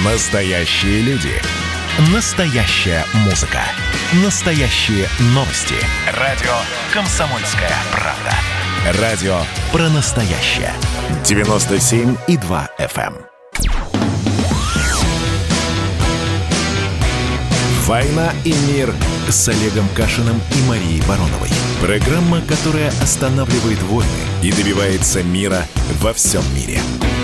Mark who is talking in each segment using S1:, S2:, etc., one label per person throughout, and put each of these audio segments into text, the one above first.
S1: Настоящие люди. Настоящая музыка. Настоящие новости. Радио «Комсомольская правда». Радио про настоящее. 97,2 FM. «Война и мир» с Олегом Кашиным и Марией Бароновой. Программа, которая останавливает войны и добивается мира во всем мире.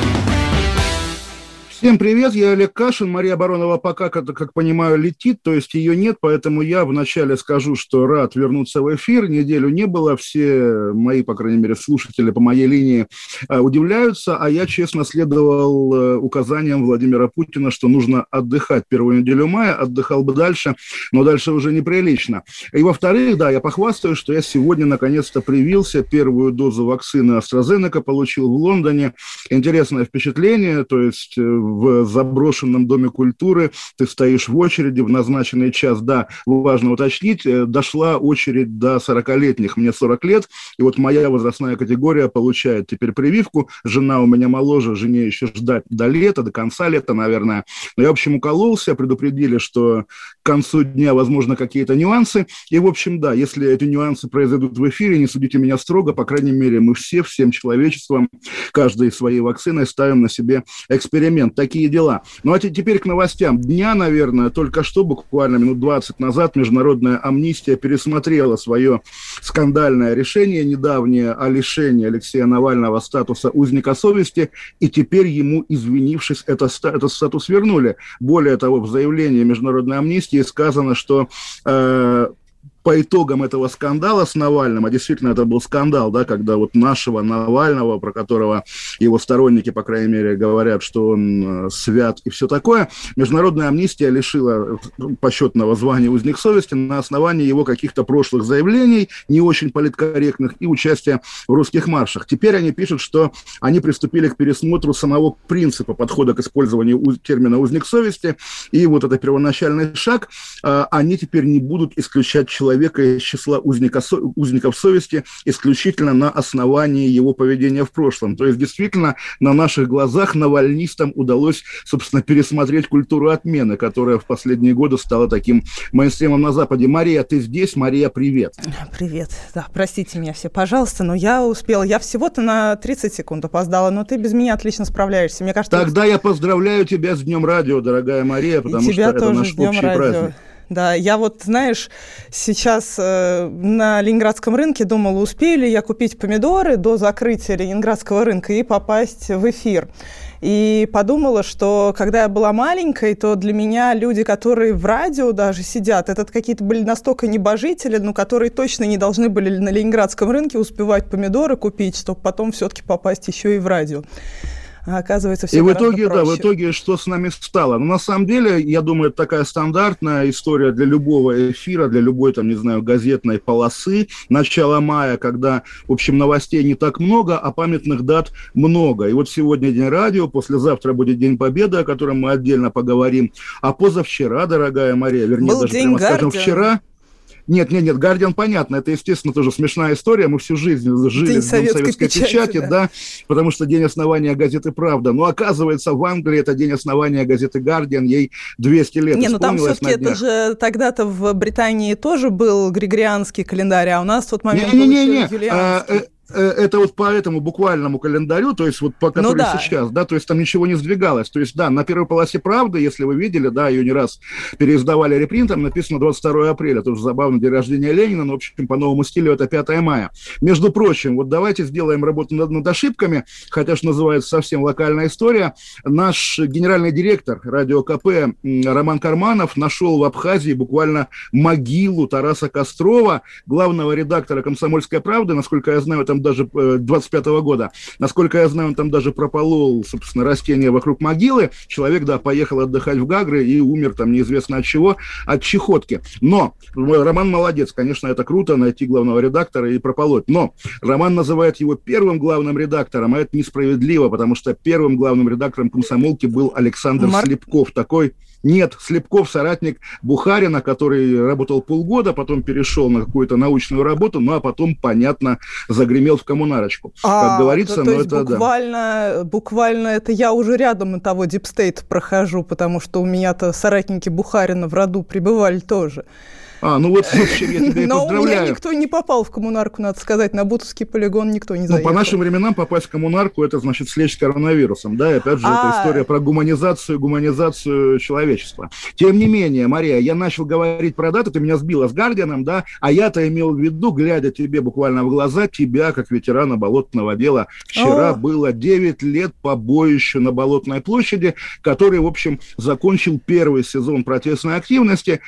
S2: Всем привет, я Олег Кашин. Мария Баронова пока, как понимаю, летит, то есть ее нет, поэтому я вначале скажу, что рад вернуться в эфир. Неделю не было, все мои, по крайней мере, слушатели по моей линии удивляются, а я честно следовал указаниям Владимира Путина, что нужно отдыхать первую неделю мая, отдыхал бы дальше, но дальше уже неприлично. И во-вторых, да, я похвастаюсь, что я сегодня наконец-то привился, первую дозу вакцины AstraZeneca получил в Лондоне. Интересное впечатление, то есть в заброшенном доме культуры ты стоишь в очереди в назначенный час. Да, важно уточнить, дошла очередь до 40-летних, мне 40 лет, и вот моя возрастная категория получает теперь прививку. Жена у меня моложе, жене еще ждать до лета, до конца лета, наверное. Но я, в общем, укололся, предупредили, что к концу дня, возможно, какие-то нюансы. И, в общем, да, если эти нюансы произойдут в эфире, не судите меня строго, по крайней мере, мы все, всем человечеством, каждой своей вакциной ставим на себе эксперимент. Такие дела. Ну, а теперь к новостям дня, наверное. Только что, буквально минут 20 назад, Международная амнистия пересмотрела свое скандальное решение недавнее о лишении Алексея Навального статуса узника совести, и теперь ему, извинившись, этот статус вернули. Более того, в заявлении Международной амнистии сказано, что по итогам этого скандала с Навальным, а действительно это был скандал, да, когда вот нашего Навального, про которого его сторонники, по крайней мере, говорят, что он свят и все такое, Международная амнистия лишила почетного звания узник совести на основании его каких-то прошлых заявлений, не очень политкорректных, и участия в русских маршах. Теперь они пишут, что они приступили к пересмотру самого принципа подхода к использованию термина узник совести, и вот это первоначальный шаг, они теперь не будут исключать человека из числа узников совести исключительно на основании его поведения в прошлом. То есть, действительно, на наших глазах навальнистам удалось, собственно, пересмотреть культуру отмены, которая в последние годы стала таким мейнстримом на Западе. Мария, ты здесь? Мария, привет.
S3: Привет. Да, простите меня все, пожалуйста, но я успела. Я всего-то на 30 секунд опоздала, но ты без меня отлично справляешься. Мне кажется,
S2: тогда я поздравляю тебя с Днем радио, дорогая Мария, потому что это наш общий праздник.
S3: Да, я вот, знаешь, сейчас на Ленинградском рынке думала, успею ли я купить помидоры до закрытия Ленинградского рынка и попасть в эфир. И подумала, что когда я была маленькой, то для меня люди, которые в радио даже сидят, это какие-то были настолько небожители, но которые точно не должны были на Ленинградском рынке успевать помидоры купить, чтобы потом все-таки попасть еще и в радио. А оказывается, все гораздо проще.
S2: Да, в итоге, что с нами стало? Ну, на самом деле, я думаю, это такая стандартная история для любого эфира, для любой, там, не знаю, газетной полосы. Начало мая, когда, в общем, новостей не так много, а памятных дат много. И вот сегодня День радио, послезавтра будет День Победы, о котором мы отдельно поговорим. А позавчера, дорогая Мария, вернее,
S3: был
S2: даже
S3: День
S2: прямо скажем,
S3: Гардиан.
S2: вчера... Нет, «Гардиан» понятно, это, естественно, тоже смешная история, мы всю жизнь жили в советской печати, да, потому что день основания газеты «Правда». Но, оказывается, в Англии это день основания газеты «Гардиан», ей 200 лет.
S3: Не, ну там все-таки это же тогда-то в Британии тоже был григорианский календарь, а у нас в тот момент был еще юлианский.
S2: Это вот по этому буквальному календарю, то есть вот по который сейчас, да, то есть там ничего не сдвигалось. То есть, да, на первой полосе «Правды», если вы видели, да, ее не раз переиздавали репринтом, написано 22 апреля, тоже забавно, день рождения Ленина, но, в общем, по новому стилю это 5 мая. Между прочим, вот давайте сделаем работу над ошибками, хотя что называется совсем локальная история. Наш генеральный директор радио КП Роман Карманов нашел в Абхазии буквально могилу Тараса Кострова, главного редактора «Комсомольской правды», насколько я знаю, там даже 25-го года. Насколько я знаю, он там даже прополол, собственно, растения вокруг могилы. Человек, да, поехал отдыхать в Гагры и умер там неизвестно от чего, от чехотки. Но Роман молодец, конечно, это круто, найти главного редактора и прополоть. Но Роман называет его первым главным редактором, а это несправедливо, потому что первым главным редактором «Комсомолки» был Александр Слепков, такой... Нет, Слепков соратник Бухарина, который работал полгода, потом перешел на какую-то научную работу, ну а потом, понятно, загремел в коммунарочку. Как говорится,
S3: то есть буквально это я уже рядом того дипстейта прохожу, потому что у меня-то соратники Бухарина в роду пребывали тоже.
S2: Ну вот, я тебя и
S3: но
S2: поздравляю.
S3: у меня никто не попал в коммунарку, надо сказать, на Бутовский полигон никто не заехал.
S2: По нашим временам попасть в коммунарку, это значит слечь с коронавирусом, да, и опять же, это история про гуманизацию человечества. Тем не менее, Мария, я начал говорить про дату, ты меня сбила с Гардианом, да, а я-то имел в виду, глядя тебе буквально в глаза, тебя, как ветерана болотного дела. Вчера было 9 лет побоищу на Болотной площади, который, в общем, закончил первый сезон протестной активности,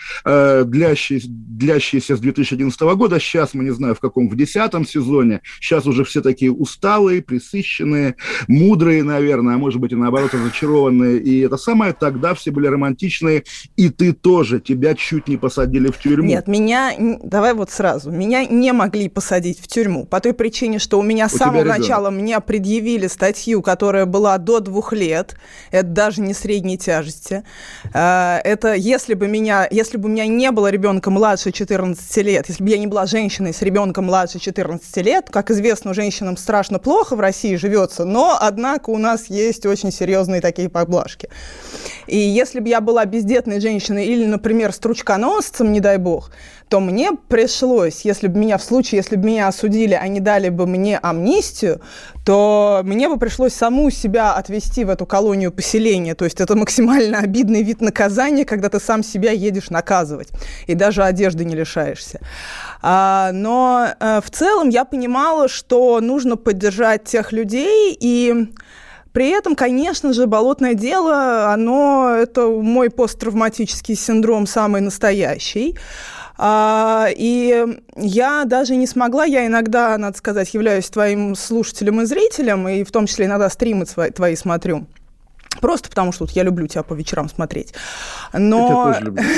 S2: длящийся с 2011 года. Сейчас мы не знаю, в каком, в 10-м сезоне. Сейчас уже все такие усталые, пресыщенные, мудрые, наверное, а может быть и наоборот разочарованные. И это самое, тогда все были романтичные. И ты тоже. Тебя чуть не посадили в тюрьму.
S3: Нет, давай вот сразу. Меня не могли посадить в тюрьму по той причине, что у меня с самого начала мне предъявили статью, которая была до 2 лет. Это даже не средней тяжести. Это если бы у меня не было ребенка младше 14 лет, если бы я не была женщиной с ребенком младше 14 лет, как известно, женщинам страшно плохо в России живется, но, однако, у нас есть очень серьезные такие поблажки. И если бы я была бездетной женщиной или, например, стручконосцем, не дай бог, то мне пришлось, если бы меня осудили, а не дали бы мне амнистию, то мне бы пришлось саму себя отвезти в эту колонию поселения. То есть это максимально обидный вид наказания, когда ты сам себя едешь наказывать. И даже одежды не лишаешься. Но в целом я понимала, что нужно поддержать тех людей, и при этом, конечно же, болотное дело, это мой посттравматический синдром самый настоящий. И я даже не смогла, я иногда, надо сказать, являюсь твоим слушателем и зрителем, и в том числе иногда стримы твои смотрю. Просто потому, что я люблю тебя по вечерам смотреть. Но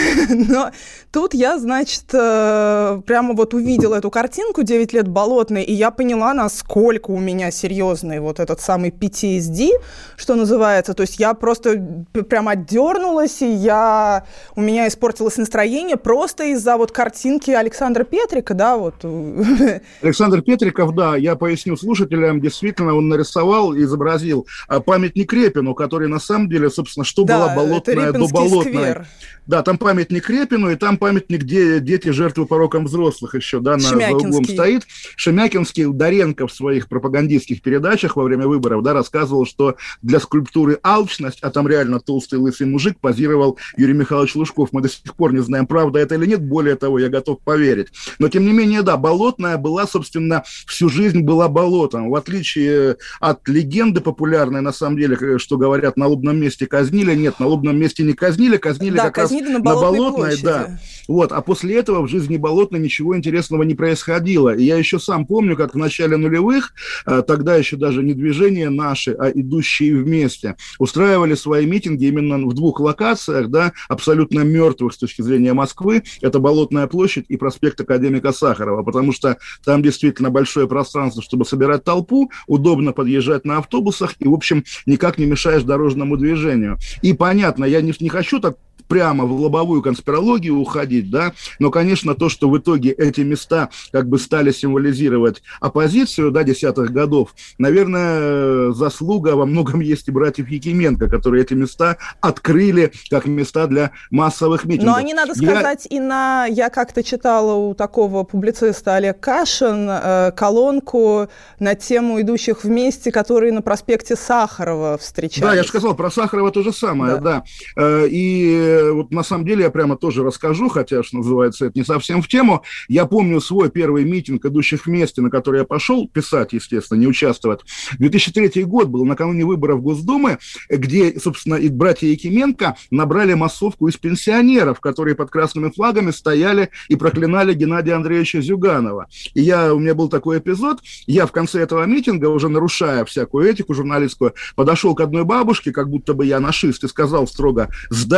S3: тут я, значит, прямо вот увидела эту картинку 9 лет болотной, и я поняла, насколько у меня серьезный вот этот самый PTSD, что называется. То есть я просто прям отдернулась, и у меня испортилось настроение просто из-за вот картинки Александра Петрика, да, вот.
S2: Александр Петриков, да, я поясню слушателям, действительно, он нарисовал и изобразил памятник Репину, который на самом деле, собственно, что была болотная до болотной. Сквер. Да, там памятник Репину, и там памятник, где дети жертвы пороком взрослых еще, да, за углом стоит. Шемякинский, Ударенко в своих пропагандистских передачах во время выборов, да, рассказывал, что для скульптуры «Алчность», а там реально толстый лысый мужик, позировал Юрий Михайлович Лужков. Мы до сих пор не знаем, правда это или нет, более того, я готов поверить. Но, тем не менее, да, болотная была, собственно, всю жизнь была болотом. В отличие от легенды популярной, на самом деле, что говорят, на лобном месте казнили. Нет, на лобном месте не казнили, да, как раз на болотной, да. Вот, а после этого в жизни болотной ничего интересного не происходило. И я еще сам помню, как в начале нулевых, тогда еще даже не движение наши, а идущие вместе, устраивали свои митинги именно в 2 локациях, да, абсолютно мертвых с точки зрения Москвы. Это Болотная площадь и проспект Академика Сахарова, потому что там действительно большое пространство, чтобы собирать толпу, удобно подъезжать на автобусах и, в общем, никак не мешаешь дорожному движению. И понятно, я не хочу так прямо в лобовую конспирологию уходить, да, но, конечно, то, что в итоге эти места как бы стали символизировать оппозицию, да, 10-х годов, наверное, заслуга во многом есть и братьев Якименко, которые эти места открыли как места для массовых митингов.
S3: Но они, надо сказать, я как-то читала у такого публициста Олег Кашин колонку на тему идущих вместе, которые на проспекте Сахарова встречались.
S2: Да, я же сказал, про Сахарова то же самое, да. И вот на самом деле я прямо тоже расскажу, хотя, что называется, это не совсем в тему. Я помню свой первый митинг идущих вместе, на который я пошел писать, естественно, не участвовать. 2003 год был накануне выборов Госдумы, где, собственно, и братья Якименко набрали массовку из пенсионеров, которые под красными флагами стояли и проклинали Геннадия Андреевича Зюганова. И у меня был такой эпизод, я в конце этого митинга, уже нарушая всякую этику журналистскую, подошел к одной бабушке, как будто бы я нашист, и сказал строго: сдайте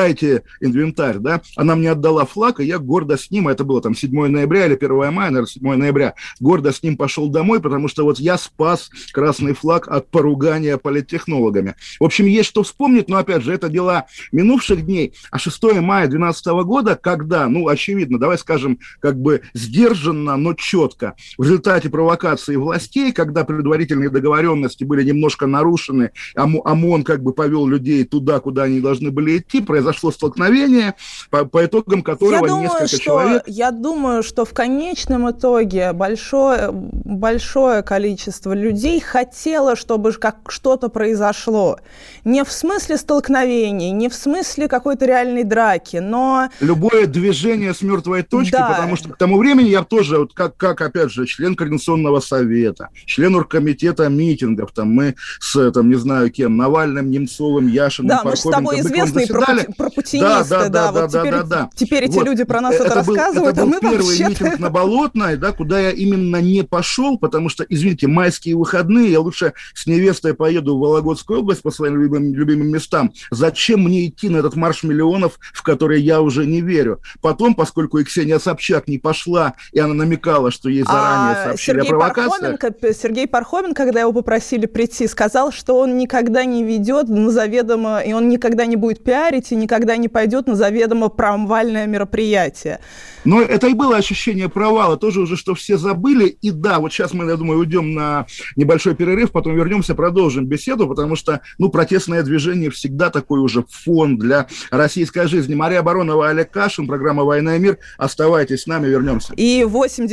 S2: инвентарь, да, она мне отдала флаг, и я гордо с ним, это было там 7 ноября или 1 мая, наверное, 7 ноября, гордо с ним пошел домой, потому что вот я спас красный флаг от поругания политтехнологами. В общем, есть что вспомнить, но, опять же, это дела минувших дней. А 6 мая 2012 года, когда, ну, очевидно, давай скажем, как бы сдержанно, но четко, в результате провокации властей, когда предварительные договоренности были немножко нарушены, ОМОН как бы повел людей туда, куда они должны были идти, произошло столкновение, по итогам которого несколько человек...
S3: Я думаю, что в конечном итоге большое количество людей хотело, чтобы что-то произошло. Не в смысле столкновений, не в смысле какой-то реальной драки, но...
S2: Любое движение с мертвой точки, да. Потому что к тому времени я тоже, вот как опять же, член Координационного совета, член оргкомитета митингов, там мы с, там, не знаю кем, Навальным, Немцовым, Яшиным,
S3: да, мы с тобой известные пропутинисты, да. Теперь эти люди про нас это рассказывают,
S2: это был первый митинг на Болотной, да, куда я именно не пошел, потому что, извините, майские выходные, я лучше с невестой поеду в Вологодскую область по своим любимым местам. Зачем мне идти на этот марш миллионов, в который я уже не верю? Потом, поскольку и Ксения Собчак не пошла, и она намекала, что ей заранее сообщили о провокации.
S3: Сергей Пархоменко, когда его попросили прийти, сказал, что он никогда не ведет на заведомо, и он никогда не будет пиарить, и никогда не пойдет на заведомо провальное мероприятие.
S2: Но это и было ощущение провала, тоже уже, что все забыли. И да, вот сейчас мы, я думаю, уйдем на небольшой перерыв, потом вернемся, продолжим беседу, потому что, ну, протестное движение всегда такой уже фон для российской жизни. Мария Баронова, Олег Кашин, программа «Война и мир». Оставайтесь с нами, вернемся.
S3: И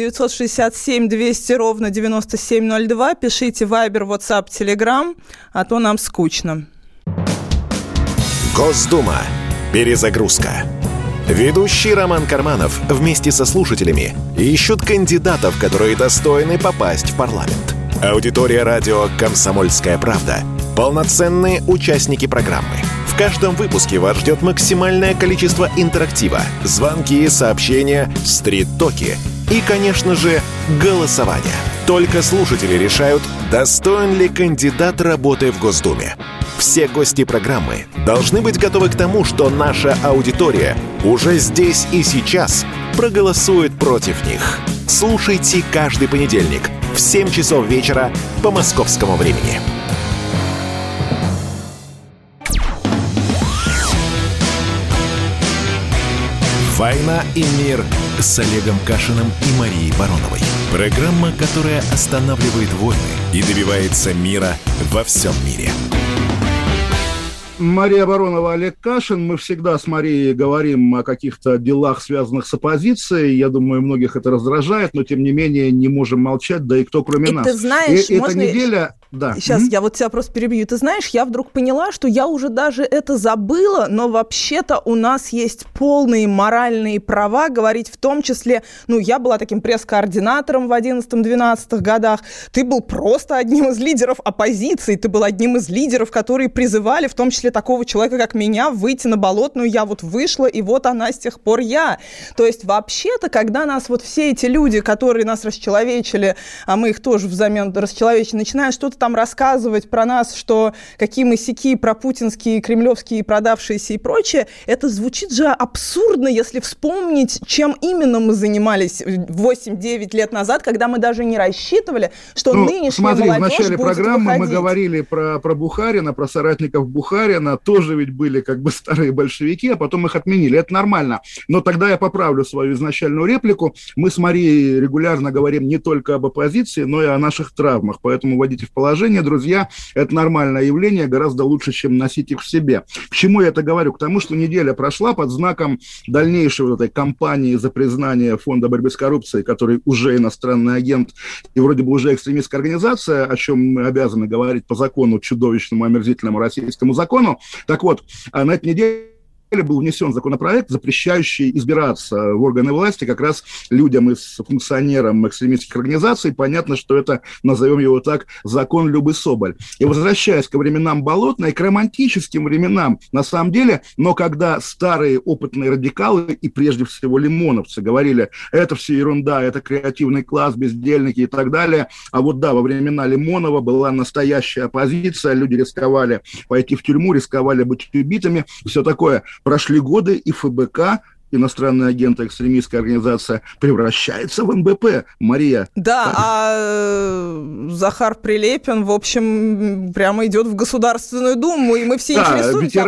S3: 8-967-200-97-02. Пишите Вайбер, WhatsApp, Telegram, а то нам скучно.
S1: Госдума. Перезагрузка. Ведущий Роман Карманов вместе со слушателями ищут кандидатов, которые достойны попасть в парламент. Аудитория радио «Комсомольская правда» — полноценные участники программы. В каждом выпуске вас ждет максимальное количество интерактива, звонки, сообщения, стрит-токи и, конечно же, голосование. Только слушатели решают, достоин ли кандидат работы в Госдуме. Все гости программы должны быть готовы к тому, что наша аудитория уже здесь и сейчас проголосует против них. Слушайте каждый понедельник в 7 часов вечера по московскому времени. «Война и мир» с Олегом Кашиным и Марией Бароновой. Программа, которая останавливает войны и добивается мира во всем мире.
S2: Мария Баронова, Олег Кашин. Мы всегда с Марией говорим о каких-то делах, связанных с оппозицией. Я думаю, многих это раздражает, но, тем не менее, не можем молчать, да и кто, кроме нас.
S3: Ты знаешь,
S2: эта неделя... Да.
S3: Сейчас я вот тебя просто перебью. Ты знаешь, я вдруг поняла, что я уже даже это забыла, но вообще-то у нас есть полные моральные права говорить в том числе... Ну, я была таким пресс-координатором в 11-12 годах. Ты был просто одним из лидеров оппозиции. Ты был одним из лидеров, которые призывали, в том числе такого человека, как меня, выйти на Болотную. Я вот вышла, и вот она с тех пор я. То есть вообще-то, когда нас вот все эти люди, которые нас расчеловечили, а мы их тоже взамен расчеловечили, начинают что-то там рассказывать про нас, что какие мы сяки, пропутинские, кремлевские, продавшиеся и прочее, это звучит же абсурдно, если вспомнить, чем именно мы занимались 8-9 лет назад, когда мы даже не рассчитывали, что нынешняя молодежь будет выходить. Смотри, в начале программы
S2: мы говорили про Бухарина, про соратников Бухарина, тоже ведь были как бы старые большевики, а потом их отменили. Это нормально. Но тогда я поправлю свою изначальную реплику. Мы с Марией регулярно говорим не только об оппозиции, но и о наших травмах, поэтому вводите в положение, друзья, это нормальное явление, гораздо лучше, чем носить их в себе. К чему я это говорю? К тому, что неделя прошла под знаком дальнейшей вот этой кампании за признание Фонда борьбы с коррупцией, который уже иностранный агент и вроде бы уже экстремистская организация, о чем мы обязаны говорить по закону, чудовищному, омерзительному российскому закону. Так вот, на этой неделе был внесен законопроект, запрещающий избираться в органы власти как раз людям и функционерам экстремистских организаций. Понятно, что это, назовем его так, закон Любы-Соболь. И возвращаясь к временам Болотной, к романтическим временам, на самом деле, но когда старые опытные радикалы и прежде всего лимоновцы говорили, это все ерунда, это креативный класс, бездельники и так далее, а вот да, во времена Лимонова была настоящая оппозиция, люди рисковали пойти в тюрьму, рисковали быть убитыми, все такое. Прошли годы, и ФБК, иностранная агент, экстремистская организация, превращается в МБП. Мария.
S3: Да, а Захар Прилепин, в общем, прямо идет в Государственную Думу, и мы все интересуемся,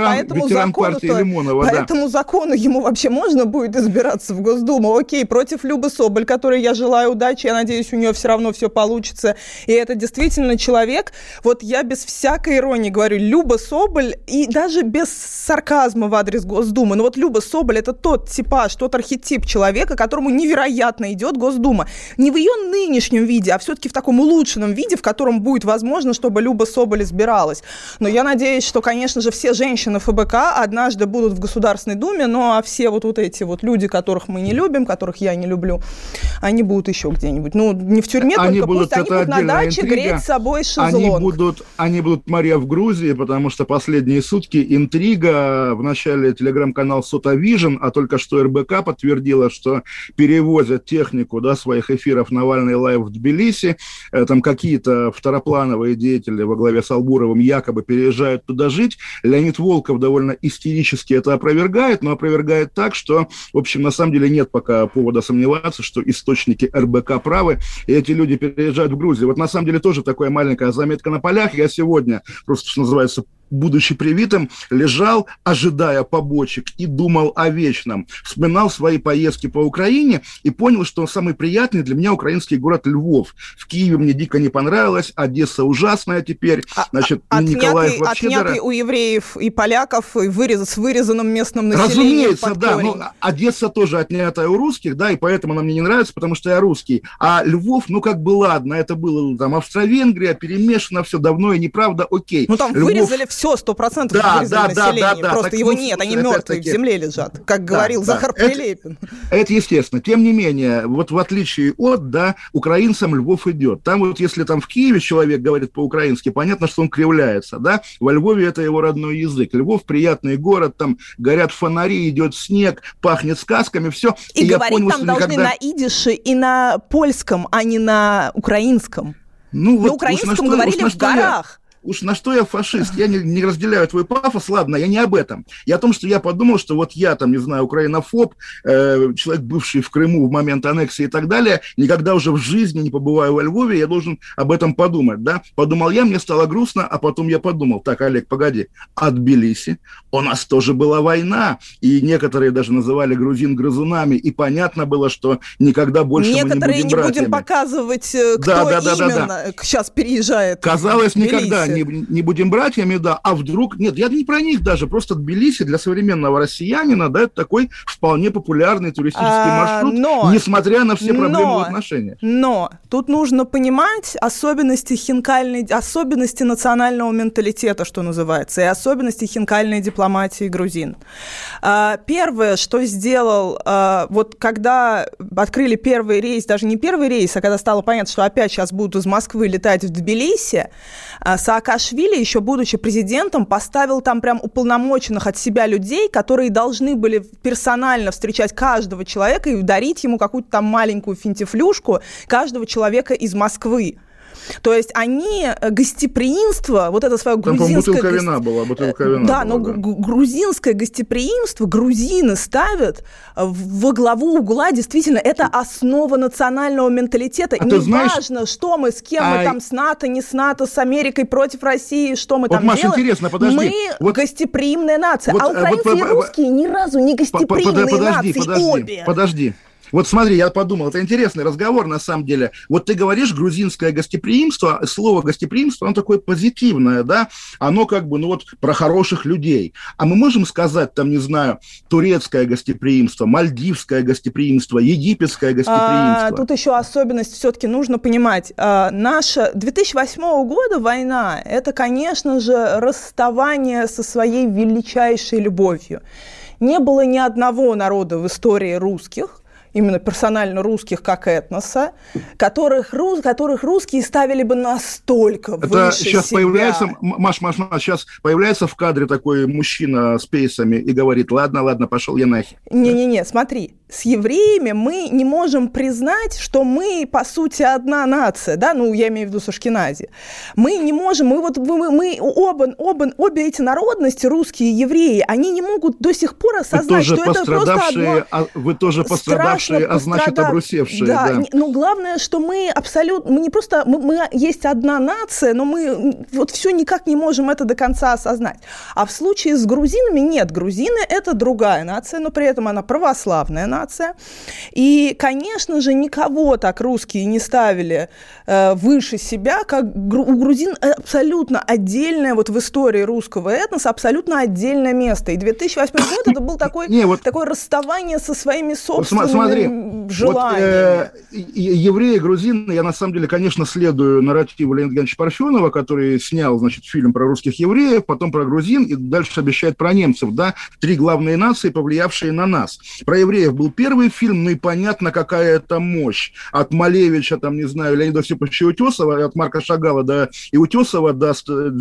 S3: поэтому закону ему вообще можно будет избираться в Госдуму. Окей, против Любы Соболь, которой я желаю удачи, я надеюсь, у нее все равно все получится. И это действительно человек, вот я без всякой иронии говорю, Люба Соболь, и даже без сарказма в адрес Госдумы, но вот Люба Соболь – это тот типаж, тот архетип человека, которому невероятно идет Госдума. Не в ее нынешнем виде, а все-таки в таком улучшенном виде, в котором будет возможно, чтобы Люба Соболь избиралась. Но я надеюсь, что, конечно же, все женщины ФБК однажды будут в Государственной Думе, ну а все вот эти вот люди, которых мы не любим, которых я не люблю, они будут еще где-нибудь. Ну, не в тюрьме,
S2: они
S3: только
S2: будут,
S3: пусть они будут на даче греть с собой шезлонг.
S2: Они будут, Мария, в Грузии, потому что последние сутки интрига. В начале телеграм-канал Сотавижн, а только что РБК подтвердила, что перевозят технику, да, своих эфиров Навальный лайв в Тбилиси. Там какие-то второплановые деятели во главе с Албуровым якобы переезжают туда жить. Леонид Волков довольно истерически это опровергает, но опровергает так, что, в общем, на самом деле нет пока повода сомневаться, что источники РБК правы, и эти люди переезжают в Грузию. Вот на самом деле тоже такая маленькая заметка на полях. Я сегодня, просто, что называется, будучи привитым, лежал, ожидая побочек, и думал о вечном. Вспоминал свои поездки по Украине и понял, что самый приятный для меня украинский город Львов. В Киеве мне дико не понравилось, Одесса ужасная теперь, значит, Николаев вообще...
S3: Отнятый у евреев и поляков, и с вырезанным местным населением.
S2: Разумеется, да, но Одесса тоже отнятая у русских, да, и поэтому она мне не нравится, потому что я русский. А Львов, ну как бы ладно, это было там Австро-Венгрия, перемешано все давно и неправда, окей.
S3: Ну там Львов... вырезали все, 100% вырезали население, просто так, его нет, они мертвые в земле лежат, как говорил Захар Прилепин.
S2: Это естественно. Тем не менее, вот в отличие от, да, украинцам Львов идет. Там вот если там в Киеве человек говорит по-украински, понятно, что он кривляется, да, во Львове это его родной язык. Львов приятный город, там горят фонари, идет снег, пахнет сказками, все.
S3: И говорить там должны на идише и на польском, а не на украинском.
S2: Ну,
S3: на украинском говорили в горах.
S2: Уж на что я фашист? Я не разделяю твой пафос, ладно, я не об этом. Я о том, что я подумал, что вот я там, не знаю, украинофоб, человек, бывший в Крыму в момент аннексии и так далее, никогда уже в жизни не побываю во Львове, я должен об этом подумать, да? Подумал я, мне стало грустно, а потом я подумал, так, Олег, погоди, а Тбилиси? У нас тоже была война, и некоторые даже называли грузин грызунами, и понятно было, что никогда больше
S3: некоторые
S2: мы не будем братьями.
S3: Некоторые не будем показывать, кто именно сейчас переезжает.
S2: Казалось, никогда не будем братьями, да, а вдруг... Нет, я не про них даже, просто Тбилиси для современного россиянина, да, это такой вполне популярный туристический маршрут, несмотря на все проблемы в отношениях.
S3: Но тут нужно понимать особенности национального менталитета, что называется, и особенности хинкальной дипломатии грузин. Первое, что сделал, вот когда открыли первый рейс, даже не первый рейс, а когда стало понятно, что опять сейчас будут из Москвы летать в Тбилиси, Саакашвили, еще будучи президентом, поставил там прям уполномоченных от себя людей, которые должны были персонально встречать каждого человека и дарить ему какую-то там маленькую финтифлюшку каждого человека из Москвы. То есть они гостеприимство, вот это свое грузинское...
S2: Там, бутылка вина
S3: да, но грузинское гостеприимство грузины ставят во главу угла, действительно, это основа национального менталитета. И неважно, что мы, с кем мы там, с НАТО, не с НАТО, с Америкой, против России, что мы там
S2: Маша,
S3: делаем.
S2: Интересно, подожди.
S3: Мы гостеприимная нация, а украинцы и русские ни разу не гостеприимные нации, обе.
S2: Подожди. Вот смотри, я подумал, это интересный разговор на самом деле. Вот ты говоришь грузинское гостеприимство, слово гостеприимство, оно такое позитивное, да, оно как бы, ну вот, про хороших людей. А мы можем сказать, там, не знаю, турецкое гостеприимство, мальдивское гостеприимство, египетское гостеприимство?
S3: Тут еще особенность все-таки нужно понимать. Наша 2008 года война, это, конечно же, расставание со своей величайшей любовью. Не было ни одного народа в истории русских, именно персонально русских как этноса, которых русские ставили бы настолько
S2: это
S3: выше
S2: сейчас
S3: себя.
S2: Появляется, Маш, сейчас появляется в кадре такой мужчина с пейсами и говорит: ладно, пошел я нахер.
S3: Не, смотри, с евреями мы не можем признать, что мы, по сути, одна нация, да, ну, я имею в виду с Ашкенази. Мы не можем, мы обе эти народности, русские и евреи, они не могут до сих пор осознать, что это просто одно...
S2: Вы тоже пострадавшие, а значит, обрусевшие.
S3: Да, но главное, что мы абсолютно, мы не просто, мы есть одна нация, но мы вот все никак не можем это до конца осознать. А в случае с грузинами нет, грузины – это другая нация, но при этом она православная нация. И, конечно же, никого так русские не ставили выше себя, как у грузин абсолютно отдельное, вот в истории русского этноса, абсолютно отдельное место. И 2008 год – это был такое расставание со своими собственными желаниями.
S2: Евреи, грузины, я на самом деле, конечно, следую нарративу Леонида Геннадьевича Парфенова, который снял, значит, фильм про русских евреев, потом про грузин и дальше обещает про немцев, да, 3 главные нации, повлиявшие на нас. Про евреев был первый фильм, ну и понятно, какая это мощь. От Малевича, там, не знаю, Леонида Осиповича Утесова, от Марка Шагала до Утесова, до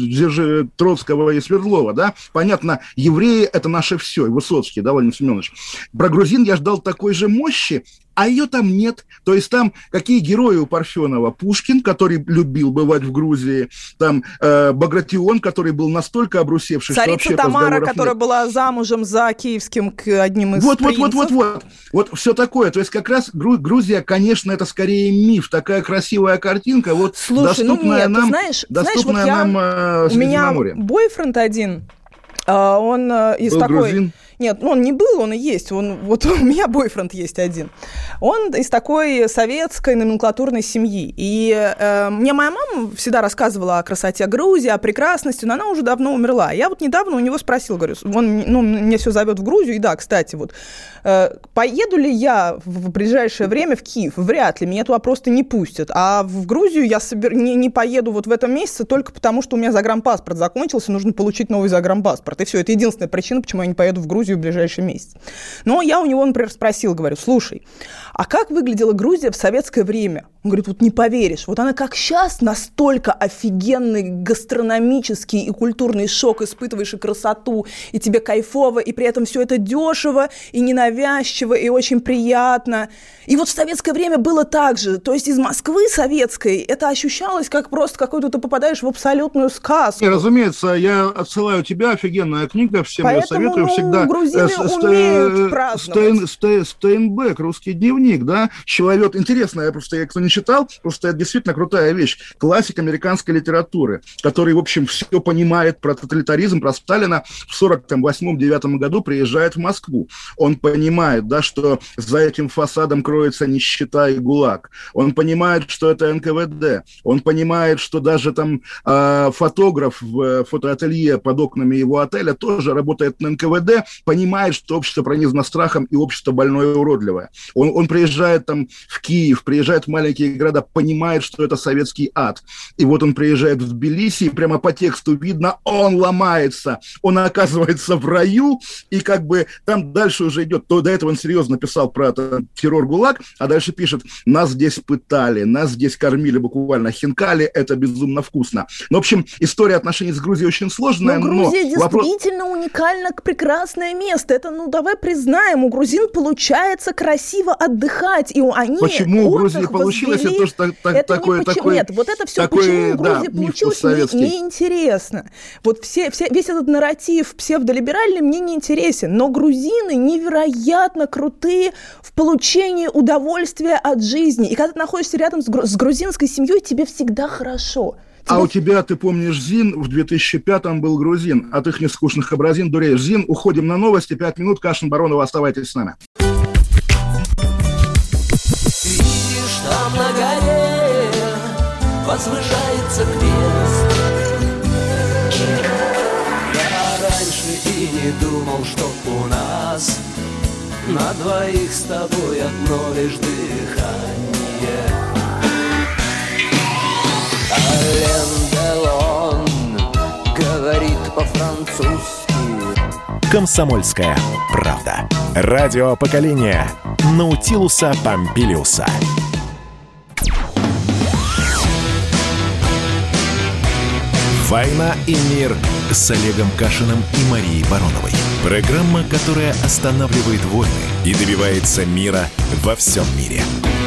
S2: Троцкого и Свердлова, да, понятно, евреи – это наше все, и Высоцкий, да, Владимир Семенович. Про грузин я ждал такой же мощи, а ее там нет. То есть там какие герои у Парфенова? Пушкин, который любил бывать в Грузии, там Багратион, который был настолько обрусевший,
S3: царица
S2: что вообще
S3: Тамара, которая была замужем за киевским одним из принцев.
S2: Вот все такое. То есть как раз Грузия, конечно, это скорее миф, такая красивая картинка, вот.
S3: Слушай,
S2: доступная нам,
S3: доступная
S2: нам
S3: у меня бойфренд один, он из
S2: был
S3: такой...
S2: грузин?
S3: Нет, он не был, он и есть. Вот у меня бойфренд есть один. Он из такой советской номенклатурной семьи. И мне моя мама всегда рассказывала о красоте Грузии, о прекрасности, но она уже давно умерла. Я вот недавно у него спросила, говорю, он меня все зовет в Грузию. И да, кстати, вот поеду ли я в ближайшее время в Киев? Вряд ли, меня туда просто не пустят. А в Грузию я не поеду вот в этом месяце только потому, что у меня загранпаспорт закончился, нужно получить новый загранпаспорт. И все, это единственная причина, почему я не поеду в Грузию в ближайший месяц. Но я у него, например, спросила, говорю, слушай, а как выглядела Грузия в советское время? Он говорит, вот не поверишь, вот она как сейчас настолько офигенный гастрономический и культурный шок испытываешь, и красоту, и тебе кайфово, и при этом все это дешево, и ненавязчиво, и очень приятно. И вот в советское время было так же. То есть из Москвы советской это ощущалось как просто какой-то ты попадаешь в абсолютную сказку.
S2: И, разумеется, я отсылаю тебя, офигенная книга, всем ее советую всегда.
S3: Грузины умеют праздновать.
S2: Стейнбек, русский дневник, да, Человек, интересно, кто не читал, просто это действительно крутая вещь. Классик американской литературы, который, в общем, все понимает про тоталитаризм, про Сталина, в 1948-1949 году приезжает в Москву. Он понимает, да, что за этим фасадом кроется нищета и ГУЛАГ. Он понимает, что это НКВД. Он понимает, что даже там фотограф в фотоателье под окнами его отеля тоже работает на НКВД, понимает, что общество пронизано страхом и общество больное и уродливое. Он приезжает там в Киев, приезжает в маленькие города, понимает, что это советский ад. И вот он приезжает в Тбилиси, и прямо по тексту видно, он ломается, он оказывается в раю, и как бы там дальше уже идет, то до этого он серьезно писал про террор ГУЛАГ, а дальше пишет, нас здесь пытали, нас здесь кормили буквально хинкали, это безумно вкусно. Ну, в общем, история отношений с Грузией очень сложная,
S3: но Грузия действительно уникально прекрасное место. Это, давай признаем, у грузин получается красиво отдыхать, и они
S2: почему у Грузии получилось, это тоже такое...
S3: Нет, вот это все, почему у Грузии получилось, мне интересно. Вот весь этот нарратив псевдолиберальный мне не интересен, но грузины невероятно крутые в получении удовольствия от жизни. И когда ты находишься рядом с грузинской семьей, тебе всегда хорошо.
S2: А у тебя, ты помнишь, Зин в 2005-м был грузин. От их нескучных образин дуреешь. Зин, уходим на новости. 5 минут. Кашин, Баронова, оставайтесь с нами.
S4: Видишь, там на горе возвышается крест. Я раньше и не думал, что у нас на двоих с тобой одно лишь дыхание. Ален Делон говорит по-французски.
S1: «Комсомольская правда». Радио поколения Наутилуса Помпилиуса. «Война и мир» с Олегом Кашиным и Марией Бароновой. Программа, которая останавливает войны и добивается мира во всем мире.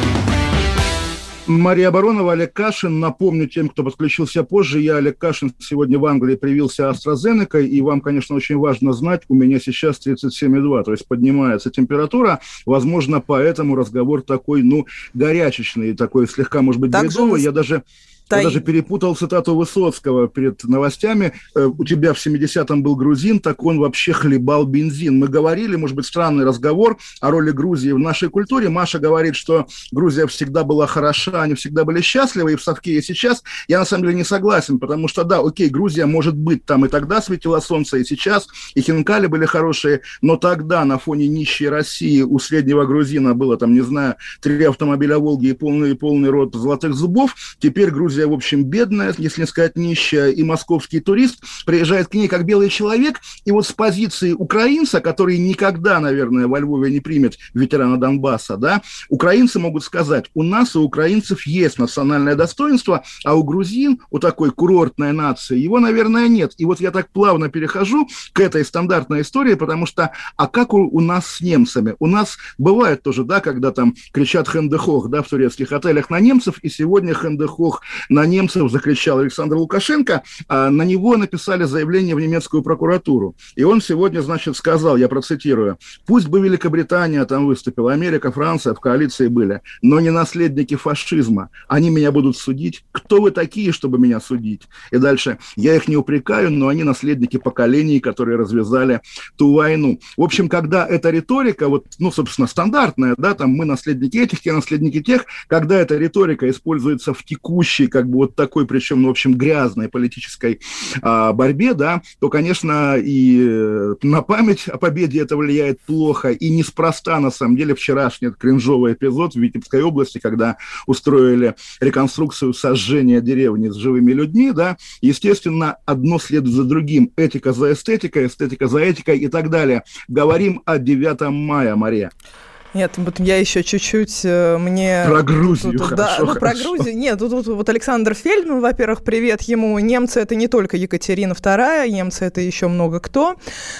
S2: Мария Баронова, Олег Кашин. Напомню тем, кто подключился позже, я, Олег Кашин, сегодня в Англии привился AstraZeneca, и вам, конечно, очень важно знать, у меня сейчас 37,2, то есть поднимается температура, возможно, поэтому разговор такой, горячечный, такой слегка, может быть, бредовый. Я даже перепутал цитату Высоцкого перед новостями. У тебя в 70-м был грузин, так он вообще хлебал бензин. Мы говорили, может быть, странный разговор о роли Грузии в нашей культуре. Маша говорит, что Грузия всегда была хороша, они всегда были счастливы, и в совке, и сейчас. Я, на самом деле, не согласен, потому что, да, окей, Грузия, может быть, там и тогда светило солнце, и сейчас, и хинкали были хорошие, но тогда на фоне нищей России у среднего грузина было, 3 автомобиля «Волги» и полный рот золотых зубов. Теперь Грузия, в общем, бедная, если не сказать нищая, и московский турист приезжает к ней как белый человек, и вот с позиции украинца, который никогда, наверное, во Львове не примет ветерана Донбасса, да, украинцы могут сказать, у нас, у украинцев есть национальное достоинство, а у грузин, у такой курортной нации, его, наверное, нет. И вот я так плавно перехожу к этой стандартной истории, потому что, а как у нас с немцами? У нас бывает тоже, да, когда там кричат «хэндехох», да, в турецких отелях на немцев, и сегодня «хэндехох» на немцев закричал Александр Лукашенко, а на него написали заявление в немецкую прокуратуру. И он сегодня, сказал, я процитирую, «Пусть бы Великобритания там выступила, Америка, Франция в коалиции были, но не наследники фашизма. Они меня будут судить. Кто вы такие, чтобы меня судить?» И дальше, «Я их не упрекаю, но они наследники поколений, которые развязали ту войну». В общем, когда эта риторика, собственно, стандартная, да, там мы наследники этих, те наследники тех, когда эта риторика используется в текущей, такой, причем, в общем, грязной политической борьбе, да, то, конечно, и на память о победе это влияет плохо, и неспроста, на самом деле, вчерашний кринжовый эпизод в Витебской области, когда устроили реконструкцию сожжения деревни с живыми людьми, да, естественно, одно следует за другим, этика за эстетикой, эстетика за этикой и так далее. Говорим о 9 мая, Мария.
S3: Нет, вот я еще чуть-чуть мне...
S2: Про Грузию, хорошо.
S3: Про Грузию. Нет, тут вот Александр Фельдман, во-первых, привет ему. Немцы – это не только Екатерина II, немцы – это еще много кто.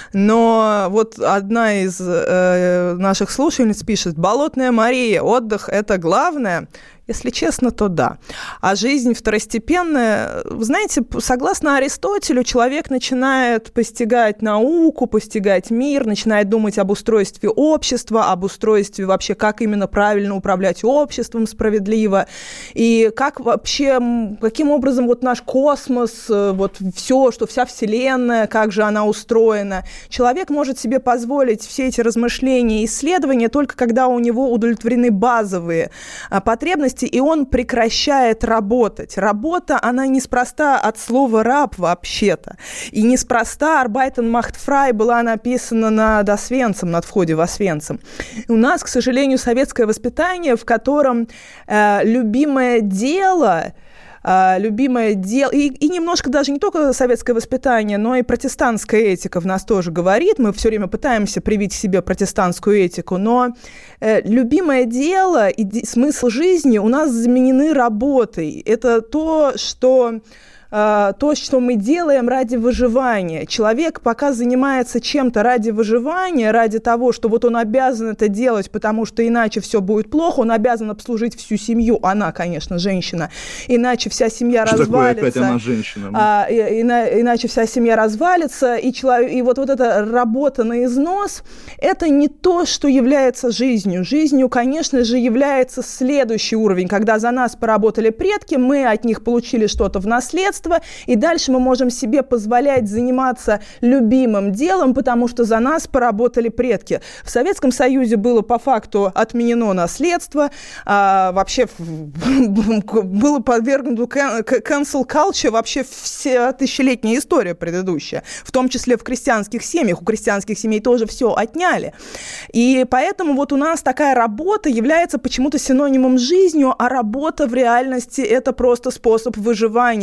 S3: Но вот одна из наших слушательниц пишет: «Болотная Мария, отдых – это главное». Если честно, то да. А жизнь второстепенная. Вы знаете, согласно Аристотелю, человек начинает постигать науку, постигать мир, начинает думать об устройстве общества, об устройстве вообще, как именно правильно управлять обществом справедливо, и как вообще, каким образом вот наш космос, вот все, что вся Вселенная, как же она устроена. Человек может себе позволить все эти размышления и исследования только когда у него удовлетворены базовые потребности, и он прекращает работать. Работа, она неспроста от слова «раб» вообще-то. И неспроста «Arbeiten macht frei» была написана над Освенцем, над входе в Освенцим. У нас, к сожалению, советское воспитание, в котором любимое дело, и немножко даже не только советское воспитание, но и протестантская этика в нас тоже говорит. Мы все время пытаемся привить себе протестантскую этику, но любимое дело и смысл жизни у нас заменены работой. Это то, что мы делаем ради выживания. Человек, пока занимается чем-то ради выживания, ради того, что вот он обязан это делать, потому что иначе все будет плохо, он обязан обслужить всю семью, она, конечно, женщина, иначе вся семья развалится. Что такое опять она женщина? Иначе вся семья развалится, и вот эта работа на износ, это не то, что является жизнью. Жизнью, конечно же, является следующий уровень, когда за нас поработали предки, мы от них получили что-то в наследство, и дальше мы можем себе позволять заниматься любимым делом, потому что за нас поработали предки. В Советском Союзе было по факту отменено наследство, вообще было подвергнуто cancel culture, вообще вся тысячелетняя история предыдущая, в том числе в крестьянских семьях. У крестьянских семей тоже все отняли. И поэтому вот у нас такая работа является почему-то синонимом жизни, а работа в реальности – это просто способ выживания. Пока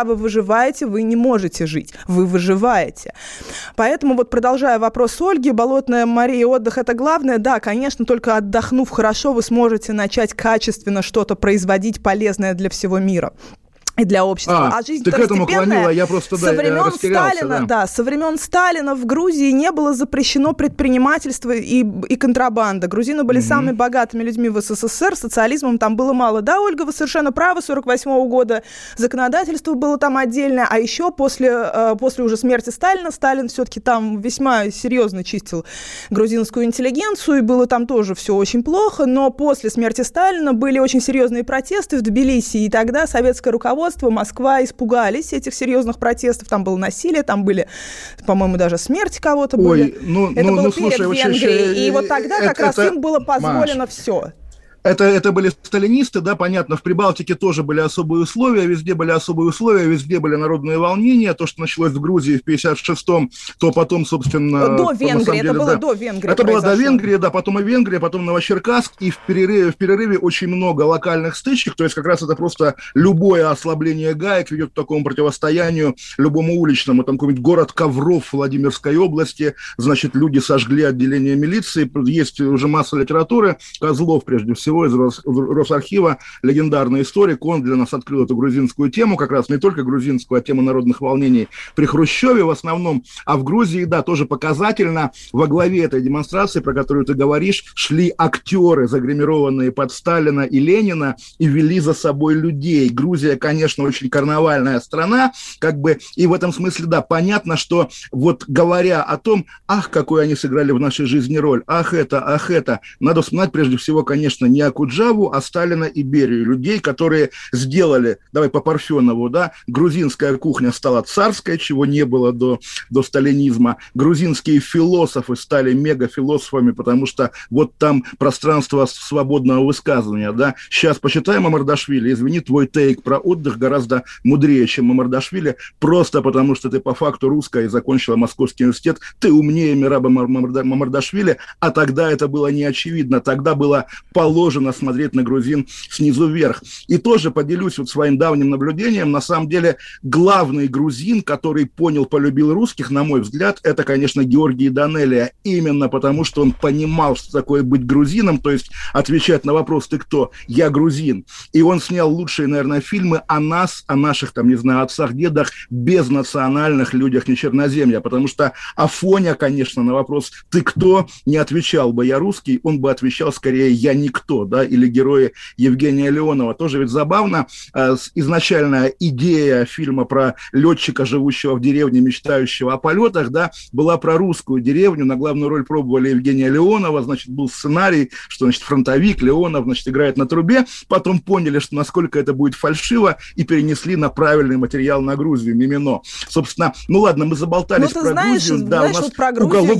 S3: вы выживаете, вы не можете жить. Вы выживаете. Поэтому вот, продолжая вопрос Ольги, Болотная Мария, отдых – это главное. Да, конечно, только отдохнув хорошо, вы сможете начать качественно что-то производить полезное для всего мира. И для общества. А жизнь второстепенная,
S2: я просто,
S3: со времен Сталина, со времен Сталина в Грузии не было запрещено предпринимательство и контрабанда. Грузины были самыми богатыми людьми в СССР, социализмом там было мало. Да, Ольга, вы совершенно правы, 1948 года законодательство было там отдельное, а еще после уже смерти Сталина, Сталин все-таки там весьма серьезно чистил грузинскую интеллигенцию, и было там тоже все очень плохо, но после смерти Сталина были очень серьезные протесты в Тбилиси, и тогда советское руководство, Москва испугались этих серьезных протестов, там было насилие, там были, по-моему, даже смерти кого-то были. Это было перед Венгрией, и вот тогда как раз им было позволено все.
S2: Это были сталинисты, да, понятно, в Прибалтике тоже были особые условия, везде были особые условия, везде были народные волнения, то, что началось в Грузии в 1956-м, то потом, собственно...
S3: До Венгрии, это было до Венгрии.
S2: Это было до Венгрии, да, потом и Венгрия, потом Новочеркасск, и в перерыве очень много локальных стычек, то есть как раз это просто любое ослабление гаек ведет к такому противостоянию любому уличному, там какой-нибудь город Ковров в Владимирской области, значит, люди сожгли отделение милиции, есть уже масса литературы, Козлов, прежде всего, из Росархива, легендарный историк, он для нас открыл эту грузинскую тему, как раз не только грузинскую, а тему народных волнений при Хрущеве в основном, а в Грузии, да, тоже показательно, во главе этой демонстрации, про которую ты говоришь, шли актеры, загримированные под Сталина и Ленина, и вели за собой людей. Грузия, конечно, очень карнавальная страна, как бы, и в этом смысле, да, понятно, что вот говоря о том, ах, какую они сыграли в нашей жизни роль, ах это, надо вспоминать прежде всего, конечно, не Окуджаву, а Сталина и Берию, людей, которые сделали, давай по Парфенову, да, грузинская кухня стала царской, чего не было до сталинизма, грузинские философы стали мегафилософами, потому что вот там пространство свободного высказывания, да, сейчас почитаем Мамардашвили, извини, твой тейк про отдых гораздо мудрее, чем Мамардашвили, просто потому что ты по факту русская и закончила Московский университет, ты умнее Мераба Мамардашвили, а тогда это было не очевидно, тогда было положено смотреть на грузин снизу вверх. И тоже поделюсь вот своим давним наблюдением. На самом деле, главный грузин, который понял, полюбил русских, на мой взгляд, это, конечно, Георгий Данелия. Именно потому, что он понимал, что такое быть грузином, то есть отвечать на вопрос «ты кто?», «я грузин». И он снял лучшие, наверное, фильмы о нас, о наших, там, не знаю, отцах, дедах, безнациональных людях, не черноземья. Потому что Афоня, конечно, на вопрос «ты кто?», не отвечал бы «я русский», он бы отвечал скорее «я никто», да, или герои Евгения Леонова. Тоже ведь забавно. Изначальная идея фильма про летчика, живущего в деревне, мечтающего о полетах, да, была про русскую деревню. На главную роль пробовали Евгения Леонова, значит, был сценарий, что, значит, фронтовик, Леонов, значит, играет на трубе. Потом поняли, что насколько это будет фальшиво, и перенесли на правильный материал на Грузию, Мимино. Собственно, ну ладно, мы заболтались про Грузию. Да,
S3: знаешь, вот про Грузию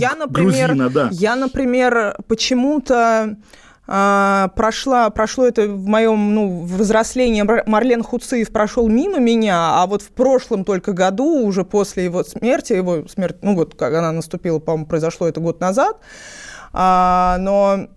S3: я, например, почему-то прошло это в моем взрослении. Марлен Хуциев прошел мимо меня, а вот в прошлом только году, уже после его смерти, как она наступила, по-моему, произошло это год назад, но...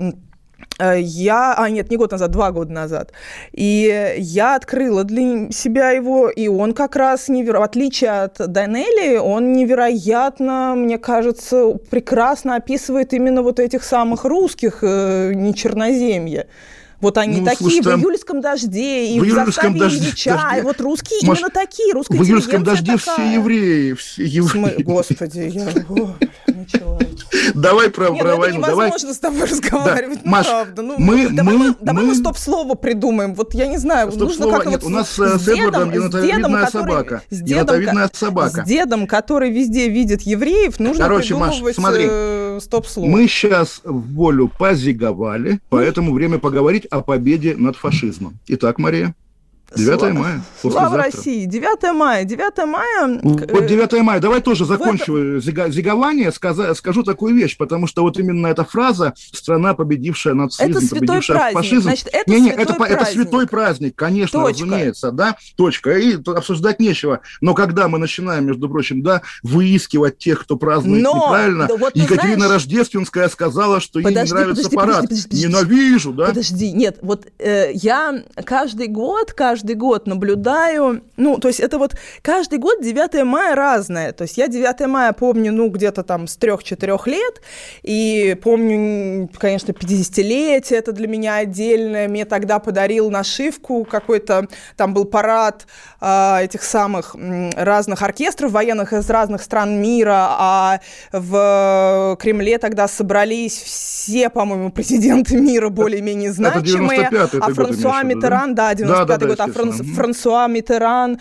S3: не год назад, 2 года назад. И я открыла для себя его, и он как раз, в отличие от Данелии, он невероятно, мне кажется, прекрасно описывает именно вот этих самых русских, не черноземья. Вот они такие, в июльском дожде, и в заставе Ильича, и вот русские именно такие, русская
S2: в июльском дожде такая. Все евреи.
S3: Господи, я начала.
S2: Давай про войну.
S3: Невозможно с тобой разговаривать, правда. Давай мы стоп-слово придумаем. Вот я не знаю, нужно как-то
S2: вот у нас с Эдвардом енотовидная собака.
S3: С дедом, который везде видит евреев, нужно придумывать стоп-слово.
S2: Мы сейчас в волю позиговали, поэтому время поговорить о победе над фашизмом. Итак, Мария. 9 мая.
S3: Слава России. 9 мая. 9 мая...
S2: Вот 9 мая. Давай тоже закончу зигование, скажу такую вещь, потому что вот именно эта фраза «страна, победившая нацизм, победившая фашизм».
S3: Значит, это
S2: святой праздник, конечно,
S3: точка.
S2: Разумеется, да, точка. И обсуждать нечего. Но когда мы начинаем, между прочим, да, выискивать тех, кто празднует неправильно, Екатерина Рождественская сказала, что ей не нравится парад. Ненавижу, да?
S3: Подожди, нет, вот я каждый год каждый год наблюдаю, то есть это вот каждый год 9 мая разное. То есть я 9 мая помню, где-то там с 3-4 лет, и помню, конечно, 50-летие, это для меня отдельное. Мне тогда подарил нашивку какой-то, там был парад этих самых разных оркестров военных из разных стран мира, а в Кремле тогда собрались все, по-моему, президенты мира более-менее значимые. А Франсуа Миттеран, да, 95-й год, Франсуа Миттеран,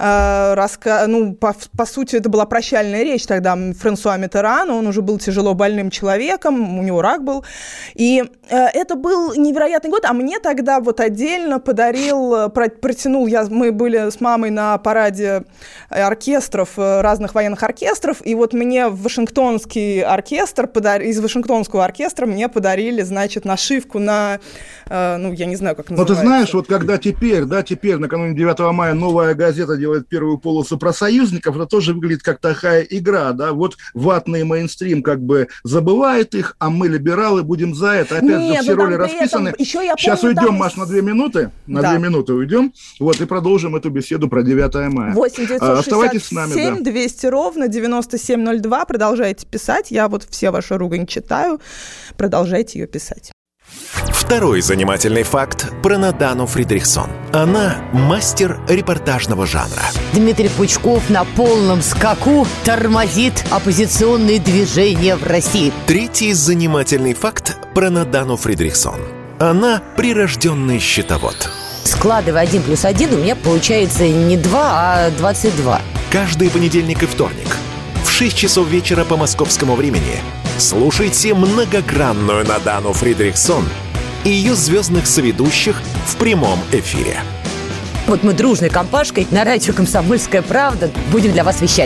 S3: по сути, это была прощальная речь тогда Франсуа Миттерана, он уже был тяжело больным человеком, у него рак был, и это был невероятный год, а мне тогда вот отдельно протянул, мы были с мамой на параде оркестров, разных военных оркестров, и вот мне Вашингтонский оркестр, из Вашингтонского оркестра мне подарили, значит, нашивку на, я не знаю, как называется.
S2: Но ты знаешь, вот когда теперь, накануне 9 мая «Новая газета» делает первую полосу про союзников, это тоже выглядит как такая игра, да, вот ватный мейнстрим как бы забывает их, а мы, либералы, будем за это. Опять же, все роли расписаны. Сейчас уйдем, Маш, на 2 минуты, 2 минуты уйдем, вот, и продолжим эту беседу про 9 мая.
S3: 8-967 200 ровно 9702, продолжайте писать, я вот все ваши ругань читаю, продолжайте ее писать.
S1: Второй занимательный факт про Надану Фридрихсон. Она мастер репортажного жанра.
S5: Дмитрий Пучков на полном скаку тормозит оппозиционные движения в России.
S1: Третий занимательный факт про Надану Фридрихсон. Она прирожденный счетовод.
S5: Складывая 1 + 1, у меня получается не 2, а 22.
S1: Каждый понедельник и вторник в 6 часов вечера по московскому времени слушайте многогранную Надану Фридрихсон и ее звездных соведущих в прямом эфире.
S5: Вот мы дружной компашкой на радио «Комсомольская правда» будем для вас вещать.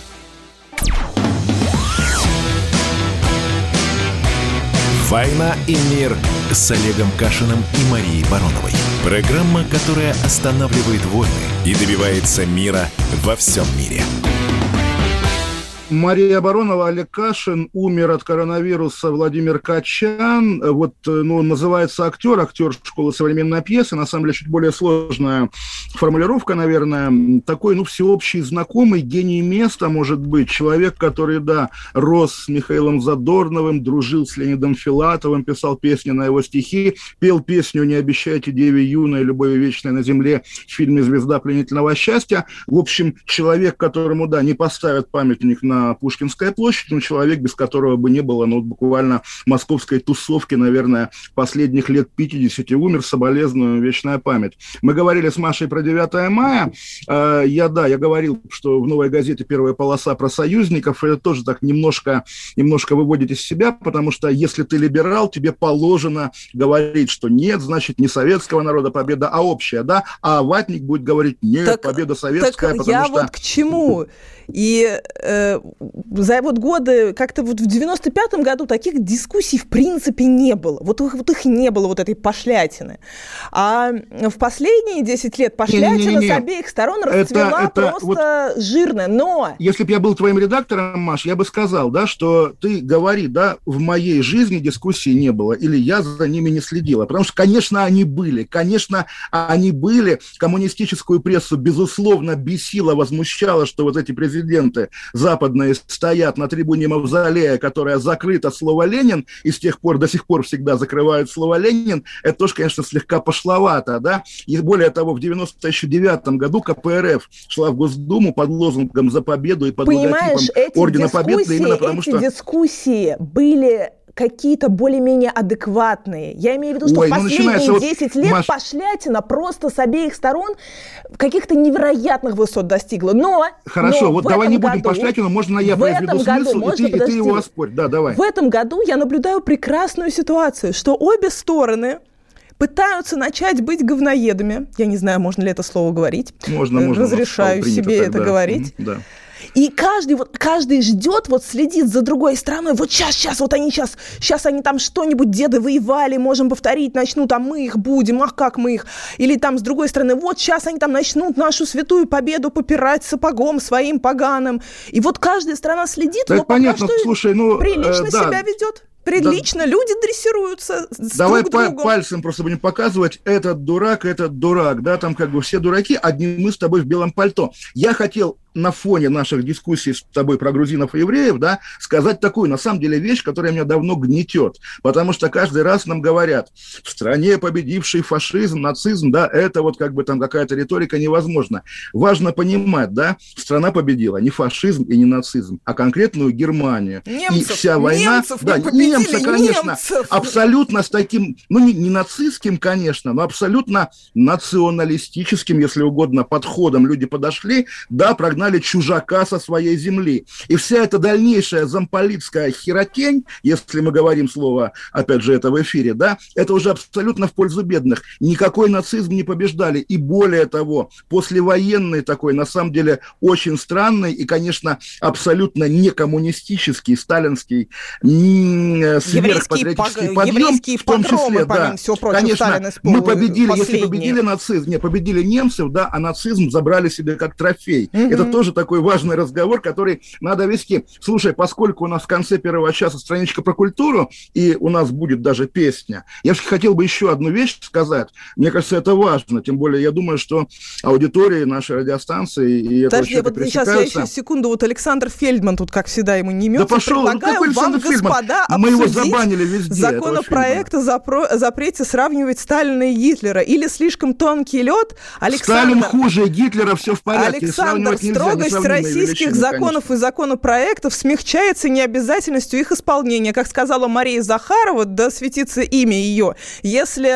S1: «Война и мир» с Олегом Кашиным и Марией Бароновой. Программа, которая останавливает войны и добивается мира во всем мире.
S2: Мария Баронова, Олег Кашин, умер от коронавируса Владимир Качан. Вот, называется актер школы современной пьесы. На самом деле, чуть более сложная формулировка, наверное. Такой, всеобщий знакомый, гений места, может быть. Человек, который, рос с Михаилом Задорновым, дружил с Леонидом Филатовым, писал песни на его стихи, пел песню «Не обещайте деве юной любови вечной на земле» в фильме «Звезда пленительного счастья». В общем, человек, которому, не поставят памятник на Пушкинская площадь, человек, без которого бы не было, буквально московской тусовки, наверное, последних лет 50, умер, соболезную, вечная память. Мы говорили с Машей про 9 мая, я говорил, что в «Новой газете» первая полоса про союзников, это тоже так немножко выводит из себя, потому что если ты либерал, тебе положено говорить, что нет, значит, не советского народа победа, а общая, а ватник будет говорить, нет, победа советская, потому
S3: я
S2: что...
S3: вот к чему? И за годы, как-то в 95-м году таких дискуссий в принципе не было. Вот их не было, вот этой пошлятины. А в последние 10 лет пошлятина с обеих сторон расцвела просто жирная. Но... Если бы
S2: я был твоим редактором, Маш, я бы сказал, что ты говори, в моей жизни дискуссий не было, или я за ними не следила. Потому что, конечно, они были. Коммунистическую прессу, безусловно, бесило, возмущало, что вот эти президенты западные стоят на трибуне Мавзолея, которая закрыта слово «Ленин», и с тех пор до сих пор всегда закрывают слово «Ленин», это тоже, конечно, слегка пошловато, И более того, в 1999 году КПРФ шла в Госдуму под лозунгом «За победу» и под логотипом Ордена Победы, именно потому что...
S3: Эти дискуссии были... какие-то более-менее адекватные. Я имею в виду, что в последние 10 лет пошлятина просто с обеих сторон каких-то невероятных высот достигла.
S2: Хорошо, давай не будем пошлятину, можно я произведу смысл, и ты его оспорь. Давай.
S3: В этом году я наблюдаю прекрасную ситуацию, что обе стороны пытаются начать быть говноедами. Я не знаю, можно ли это слово говорить.
S2: Можно.
S3: Разрешаю себе это говорить.
S2: Да.
S3: И каждый ждет, следит за другой стороной. Сейчас они там что-нибудь, деды воевали, можем повторить, начнут, а мы их будем, как мы их. Или там с другой стороны, сейчас они там начнут нашу святую победу попирать сапогом своим поганым. И каждая страна следит,
S2: пока
S3: что прилично себя ведет. прилично, люди дрессируются
S2: Давай
S3: друг другом.
S2: Пальцем просто будем показывать, этот дурак, да, там как бы все дураки, одни мы с тобой в белом пальто. Я хотел на фоне наших дискуссий с тобой про грузинов и евреев, да, сказать такую, на самом деле, вещь, которая меня давно гнетет, потому что каждый раз нам говорят, в стране победивший фашизм, нацизм, да, это вот как бы там какая-то риторика невозможна. Важно понимать, да, страна победила не фашизм и не нацизм, а конкретную Германию.
S3: Немцев,
S2: и вся война,
S3: немцев,
S2: да, немцы, конечно, абсолютно с таким, ну, не нацистским, конечно, но абсолютно националистическим, если угодно, подходом люди подошли, да, прогнали чужака со своей земли. И вся эта дальнейшая замполитская херотень, если мы говорим слово, опять же, это в эфире, да, это уже абсолютно в пользу бедных. Никакой нацизм не побеждали. И более того, послевоенный такой, на самом деле, очень странный и, конечно, абсолютно не коммунистический, сталинский, сверхпатриотический подъем, в том числе, да, конечно, мы победили, если победили нацизм, не, победили немцев, да, а нацизм забрали себе как трофей. Это тоже такой важный разговор, который надо вести. Слушай, поскольку у нас в конце первого часа страничка про культуру, и у нас будет даже песня, я хотел бы еще одну вещь сказать. Мне кажется, это важно, тем более я думаю, что аудитории нашей радиостанции и этого человека пересекаются. Сейчас я еще секунду,
S3: вот Александр Фельдман тут, как всегда, ему не имется.
S2: Да пошел,
S3: предлагаю вам, господа,
S2: мы его забанили везде.
S3: Законопроект о запрете сравнивать Сталина и Гитлера. Или слишком тонкий лед.
S2: Сталин хуже Гитлера, все в порядке.
S3: Александр, строгость российских законов, конечно, и законопроектов смягчается необязательностью их исполнения. Как сказала Мария Захарова, да светится имя ее, если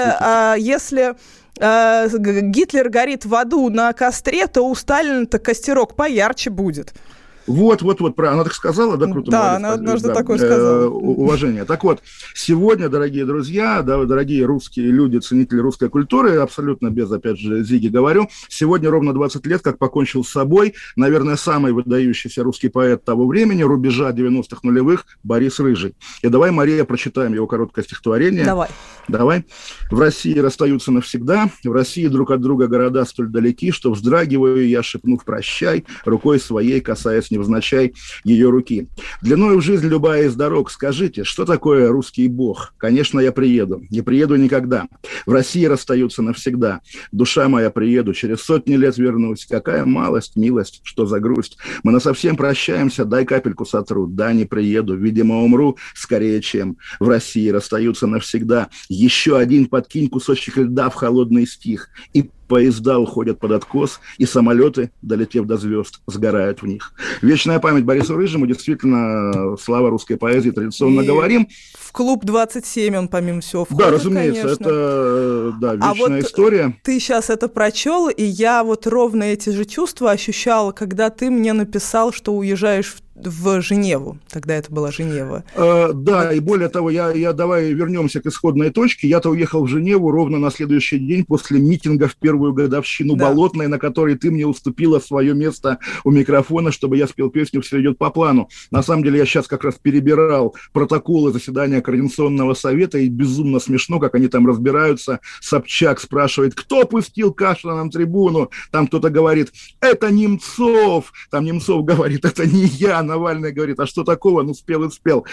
S3: Гитлер горит в аду на костре, то у Сталина-то костерок поярче будет.
S2: Вот, правильно. Она так сказала, да, круто?
S3: Да, она однажды такое сказала.
S2: Уважение. Так вот, сегодня, дорогие друзья, да, дорогие русские люди, ценители русской культуры, абсолютно без, опять же, зиги говорю, сегодня ровно 20 лет, как покончил с собой, наверное, самый выдающийся русский поэт того времени, рубежа 90-х нулевых, Борис Рыжий. И давай, Мария, прочитаем его короткое стихотворение. Давай. В России расстаются навсегда, в России друг от друга города столь далеки, что вздрагиваю я, шепнув прощай, рукой своей касаясь невзначай ее руки. Длиною в жизнь любая из дорог. Скажите, что такое русский бог? Конечно, я приеду. Не приеду никогда. В России расстаются навсегда. Душа моя, приеду. Через сотни лет вернусь. Какая малость, милость, что за грусть. Мы насовсем прощаемся. Дай капельку сотру. Да, не приеду. Видимо, умру скорее, чем в России расстаются навсегда. Еще один подкинь кусочек льда в холодный стих. И поезда уходят под откос, и самолеты, долетев до звезд, сгорают в них. Вечная память Борису Рыжему, действительно, слава русской поэзии, традиционно говорим.
S3: В клуб 27 он, помимо всего, входит,
S2: да, разумеется, конечно. Это вечная история.
S3: Ты сейчас это прочел, и я вот ровно эти же чувства ощущала, когда ты мне написал, что уезжаешь в Женеву. Тогда это была Женева.
S2: Да, и более того, давай вернемся к исходной точке. Я-то уехал в Женеву ровно на следующий день после митинга в первую годовщину Болотной, на которой ты мне уступила свое место у микрофона, чтобы я спел песню «Все идет по плану». На самом деле я сейчас как раз перебирал протоколы заседания Координационного совета, и безумно смешно, как они там разбираются. Собчак спрашивает, кто пустил Кашина на трибуну? Там кто-то говорит, это Немцов. Там Немцов говорит, это не я. Навальный говорит, а что такого? Ну, спел и спел.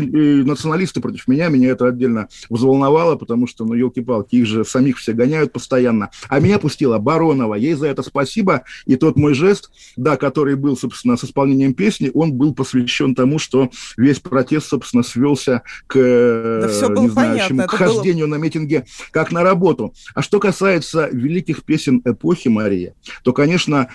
S2: И националисты против меня это отдельно взволновало, потому что, ну, елки-палки, их же самих все гоняют постоянно. А меня пустила Баронова. Ей за это спасибо. И тот мой жест, да, который был, собственно, с исполнением песни, он был посвящен тому, что весь протест, собственно, свелся к, к хождению на митинге как на работу. А что касается великих песен эпохи, Мария, то, конечно,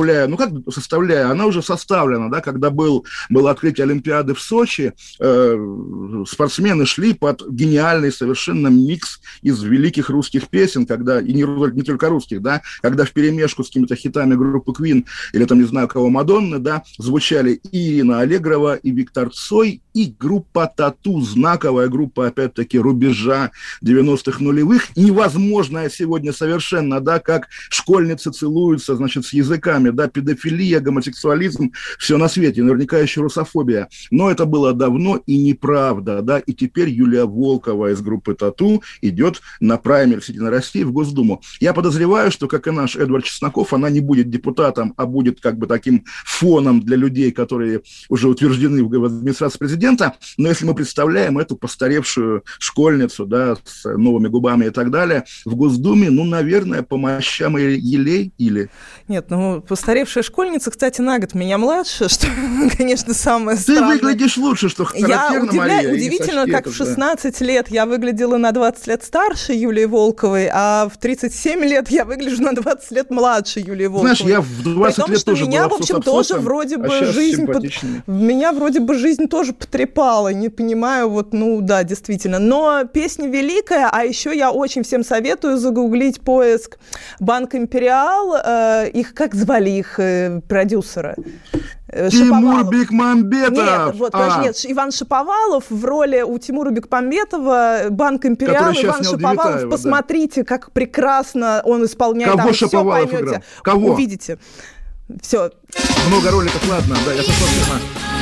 S2: она уже составлена, да, когда было открытие Олимпиады в Сочи, спортсмены шли под гениальный совершенно микс из великих русских песен, когда, и не только русских, да, когда вперемешку с какими-то хитами группы Queen или там, не знаю, кого, Мадонны, да, звучали и Ирина Аллегрова, и Виктор Цой, и группа Тату, знаковая группа, опять-таки, рубежа 90-х нулевых, невозможная сегодня совершенно, да, как школьницы целуются, значит, с языками, да, педофилия, гомосексуализм, все на свете, наверняка еще русофобия. Но это было давно и неправда, да, и теперь Юлия Волкова из группы Тату идет на праймерис «Единой России» в Госдуму. Я подозреваю, что, как и наш Эдвард Чесноков, она не будет депутатом, а будет как бы таким фоном для людей, которые уже утверждены в администрации президента, президента, но если мы представляем эту постаревшую школьницу, да, с новыми губами и так далее, в Госдуме, ну, наверное, по мощам елей или...
S3: Нет, ну, постаревшая школьница, кстати, на год меня младше, что, конечно, самое странное.
S2: Ты выглядишь лучше, что характерно, Мария.
S3: Удивительно, как в 16 лет я выглядела на 20 лет старше Юлии Волковой, а в 37 лет я выгляжу на 20 лет младше Юлии Волковой.
S2: Знаешь, я в 20
S3: том,
S2: лет тоже
S3: меня,
S2: была
S3: в общем, тоже вроде бы жизнь... Меня вроде бы жизнь тоже потрепала, не понимаю, вот, ну, да, действительно. Но песня великая, а еще я очень всем советую загуглить поиск «Банк Империал». Их, как звали их продюсера?
S2: Тимур Бекмамбетов.
S3: Нет, вот, нет, Иван Шаповалов в роли у Тимура Бекмамбетова, «Банк Империал», Иван Шаповалов. Посмотрите, да, как прекрасно он исполняет.
S2: Кого
S3: там
S2: Шаповалов
S3: все поймете.
S2: Играл? Кого?
S3: Увидите. Все.
S2: Много роликов, ладно, да, я сошла с ума.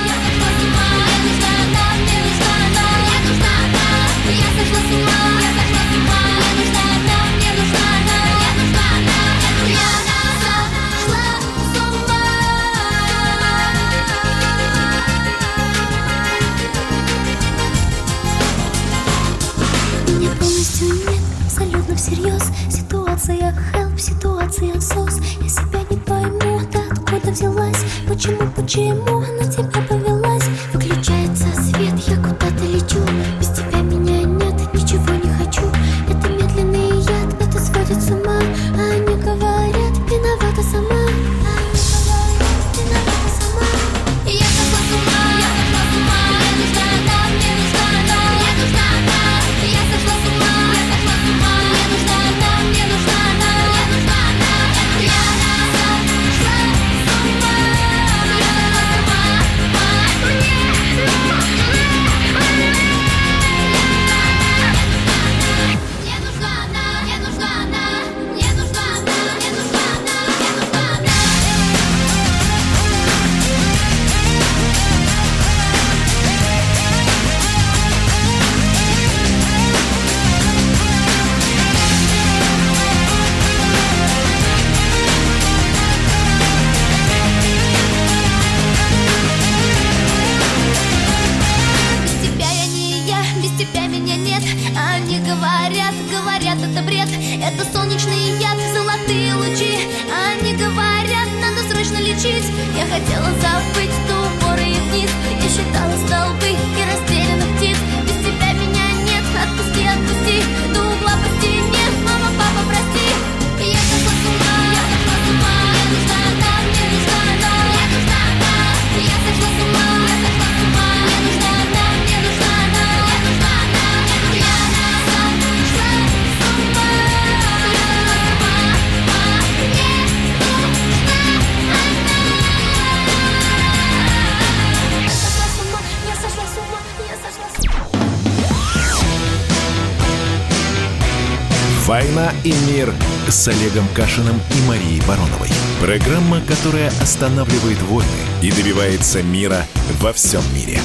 S6: Меня полностью нет, абсолютно всерьез. Ситуация help, ситуация сос. Я себя не пойму, да откуда взялась. Почему на тебя повелась? Выключается свет, я куда-то лечу. Без тебя меня нет, ничего не хочу. Это медленный яд, это сводит с ума. А они говорят, виновата сама. Я сошла с ума, мне нужна она, мне нужна она, мне нужна она. Я сошла с ума, мне нужна она, мне нужна она, мне нужна она. Я сошла с ума, мне нужна она, мне нужна она, мне нужна она, мне нужна она, мне нужна она. Без тебя я не я, без тебя меня нет. Они говорят, это бред. Это солнечный яд, золотые лучи. Они говорят, надо срочно лечить. Я хотела забыть до упора и вниз. Я считала столбы и расстрелянных птиц. Без тебя меня нет, отпусти, отпусти. До угла по стене, мама, папа, прости. Я сошла с ума, мне нужна она, мне нужна она, мне нужна она. Я сошла с ума, мне нужна она, мне нужна она, мне нужна она. Я сошла с ума, мне нужна она. Я сошла с ума, я сошла с ума.
S1: «Война и мир» с Олегом Кашиным и Марией Бароновой. Программа, которая останавливает войны и добивается мира во всем мире.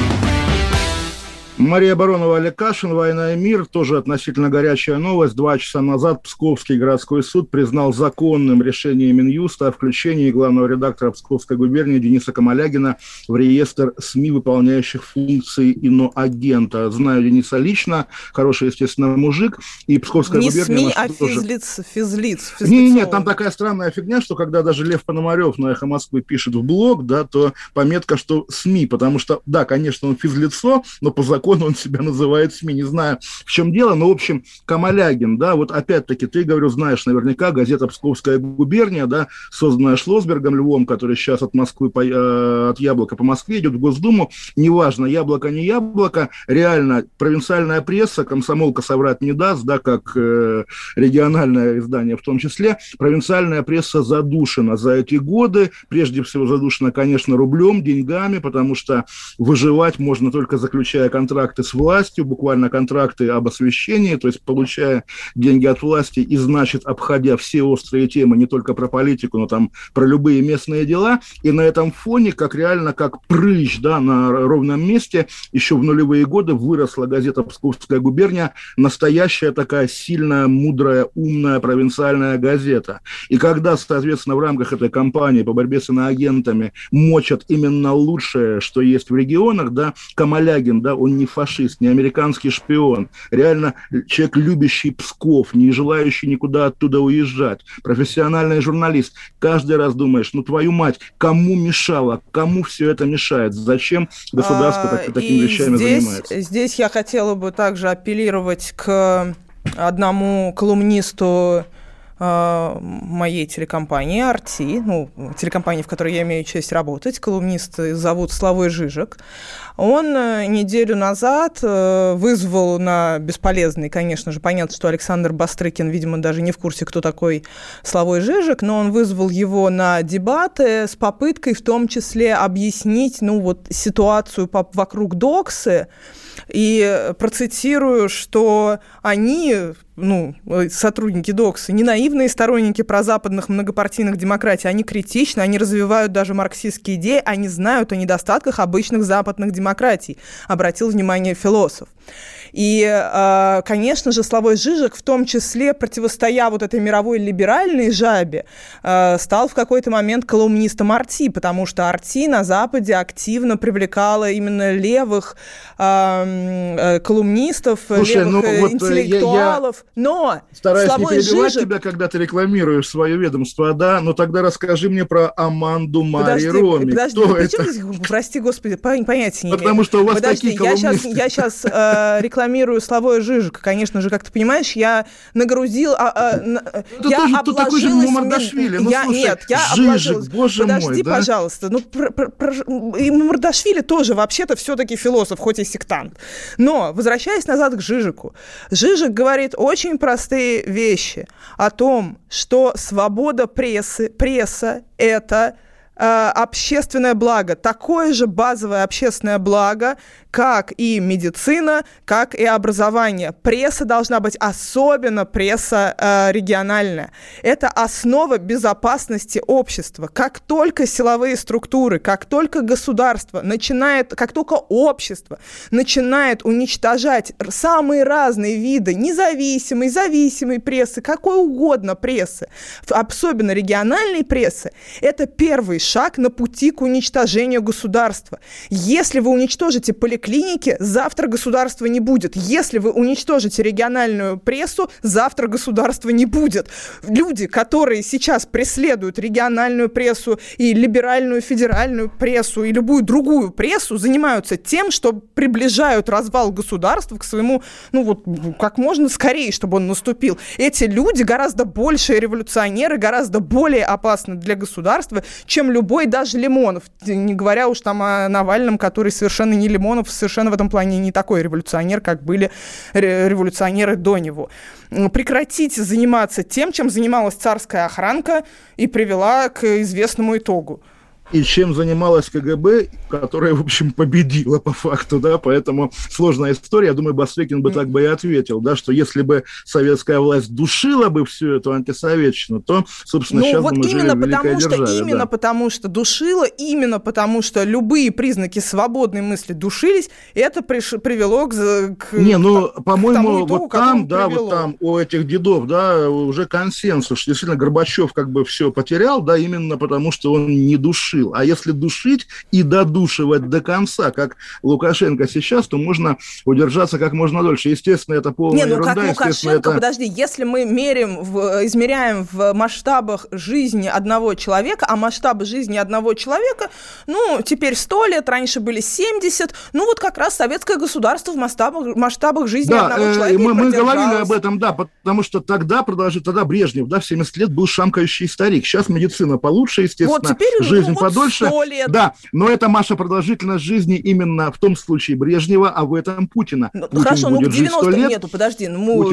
S2: Мария Баронова, Олег Кашин, «Война и мир». Тоже относительно горячая новость. 2 часа назад Псковский городской суд признал законным решение Минюста о включении главного редактора Псковской губернии Дениса Камалягина в реестр СМИ, выполняющих функции иноагента. Знаю Дениса лично, хороший, естественно, мужик. И Псковская губерния...
S3: Не СМИ, а
S2: тоже...
S3: физлиц.
S2: Нет, там такая странная фигня, что когда даже Лев Пономарев на «Эхо Москвы» пишет в блог, да, то пометка, что СМИ, потому что, да, конечно, он физлицо, но по закону он себя называет СМИ. Не знаю, в чем дело, но, в общем, Камалягин, да, вот опять-таки, ты, говорю, знаешь наверняка, газета «Псковская губерния», да, созданная Шлосбергом Львом, который сейчас от Москвы, от Яблока по Москве идет в Госдуму, неважно, яблоко, не яблоко, реально провинциальная пресса, комсомолка соврать не даст, да, как региональное издание в том числе, провинциальная пресса задушена за эти годы, прежде всего задушена, конечно, рублем, деньгами, потому что выживать можно только заключая контракт контракты с властью, буквально контракты об освещении, то есть получая деньги от власти и, значит, обходя все острые темы, не только про политику, но там про любые местные дела. И на этом фоне, как реально, как прыщ, да, на ровном месте, еще в нулевые годы выросла газета «Псковская губерния», настоящая такая сильная, мудрая, умная провинциальная газета. И когда, соответственно, в рамках этой кампании по борьбе с иноагентами мочат именно лучшее, что есть в регионах, да, Камалягин, да, он не фашист, не американский шпион, реально человек, любящий Псков, не желающий никуда оттуда уезжать, профессиональный журналист. Каждый раз думаешь, ну, твою мать, кому мешало, кому все это мешает, зачем государство такими вещами занимается?
S3: Здесь я хотела бы также апеллировать к одному колумнисту моей телекомпании «Арти», ну, телекомпании, в которой я имею честь работать. Колумнист зовут Славой Жижик. Он неделю назад вызвал на бесполезный, конечно же, понятно, что Александр Бастрыкин, видимо, даже не в курсе, кто такой Славой Жижик, но он вызвал его на дебаты с попыткой в том числе объяснить, ну, вот, ситуацию вокруг Доксы. И процитирую, что они, ну, сотрудники Доксы, не наивные сторонники прозападных многопартийных демократий, они критичны, они развивают даже марксистские идеи, они знают о недостатках обычных западных демократий, обратил внимание философ. И, конечно же, Славой Жижик, в том числе, противостоя вот этой мировой либеральной жабе, стал в какой-то момент колумнистом «Арти», потому что «Арти» на Западе активно привлекала именно левых колумнистов, левых интеллектуалов. Но
S2: стараюсь
S3: Славой
S2: не перебивать
S3: Жижик...
S2: тебя, когда ты рекламируешь свое ведомство, да, но тогда расскажи мне про Аманду Мари Роми.
S3: Подожди,
S2: кто это?
S3: Здесь, прости, господи, понятия не имею.
S2: Потому что у вас такие колумнисты.
S3: Я сейчас рекламирую Славой Жижика. Конечно же, как ты понимаешь, я нагрузил...
S2: Это тоже такой же Мамардашвили.
S3: Нет, я обложилась.
S2: Боже
S3: Подожди,
S2: мой, да?
S3: пожалуйста. Ну, и Мамардашвили тоже вообще-то все-таки философ, хоть и сектант. Но, возвращаясь назад к Жижику, Жижик говорит очень простые вещи о том, что свобода пресса – это общественное благо, такое же базовое общественное благо, как и медицина, как и образование. Пресса должна быть, особенно пресса региональная. Это основа безопасности общества. Как только силовые структуры, как только государство начинает, как только общество начинает уничтожать самые разные виды независимой, зависимой прессы, какой угодно прессы, особенно региональной прессы, это первый шаг на пути к уничтожению государства. Если вы уничтожите поликлиники, завтра государства не будет. Если вы уничтожите региональную прессу, завтра государства не будет. Люди, которые сейчас преследуют региональную прессу и либеральную федеральную прессу и любую другую прессу, занимаются тем, что приближают развал государства к своему, ну вот, как можно скорее, чтобы он наступил. Эти люди гораздо большие революционеры, гораздо более опасны для государства, чем любой даже Лимонов, не говоря уж там о Навальном, который совершенно не Лимонов, совершенно в этом плане не такой революционер, как были революционеры до него. Прекратите заниматься тем, чем занималась царская охранка и привела к известному итогу.
S2: И чем занималась КГБ, которая, в общем, победила по факту, да, поэтому сложная история. Я думаю, Бастрыкин бы так бы и ответил, да, что если бы советская власть душила бы всю эту антисоветчину, то, собственно, сейчас бы мы жили в великой державе.
S3: Именно потому что душила, именно потому что любые признаки свободной мысли душились, это привело к
S2: Не, ну, по-моему,
S3: итогу,
S2: вот там, да, вот там у этих дедов, да, уже консенсус, что действительно Горбачев как бы все потерял, да, именно потому что он не душил. А если душить и додушивать до конца, как Лукашенко сейчас, то можно удержаться как можно дольше. Естественно, это полная ерунда.
S3: Как Лукашенко, подожди, если мы измеряем в масштабах жизни одного человека, а масштабы жизни одного человека, ну, теперь 100 лет, раньше были 70, ну, вот как раз советское государство в масштабах жизни одного человека
S2: мы говорили об этом, да, потому что тогда Брежнев, да, в 70 лет был шамкающий старик. Сейчас медицина получше, естественно, жизнь подольше.
S3: 100 лет.
S2: Да, но это, Маша, продолжительность жизни именно в том случае Брежнева, а в этом Путина. Путин
S3: хорошо,
S2: будет
S3: к 90-м
S2: лет,
S3: нету, подожди.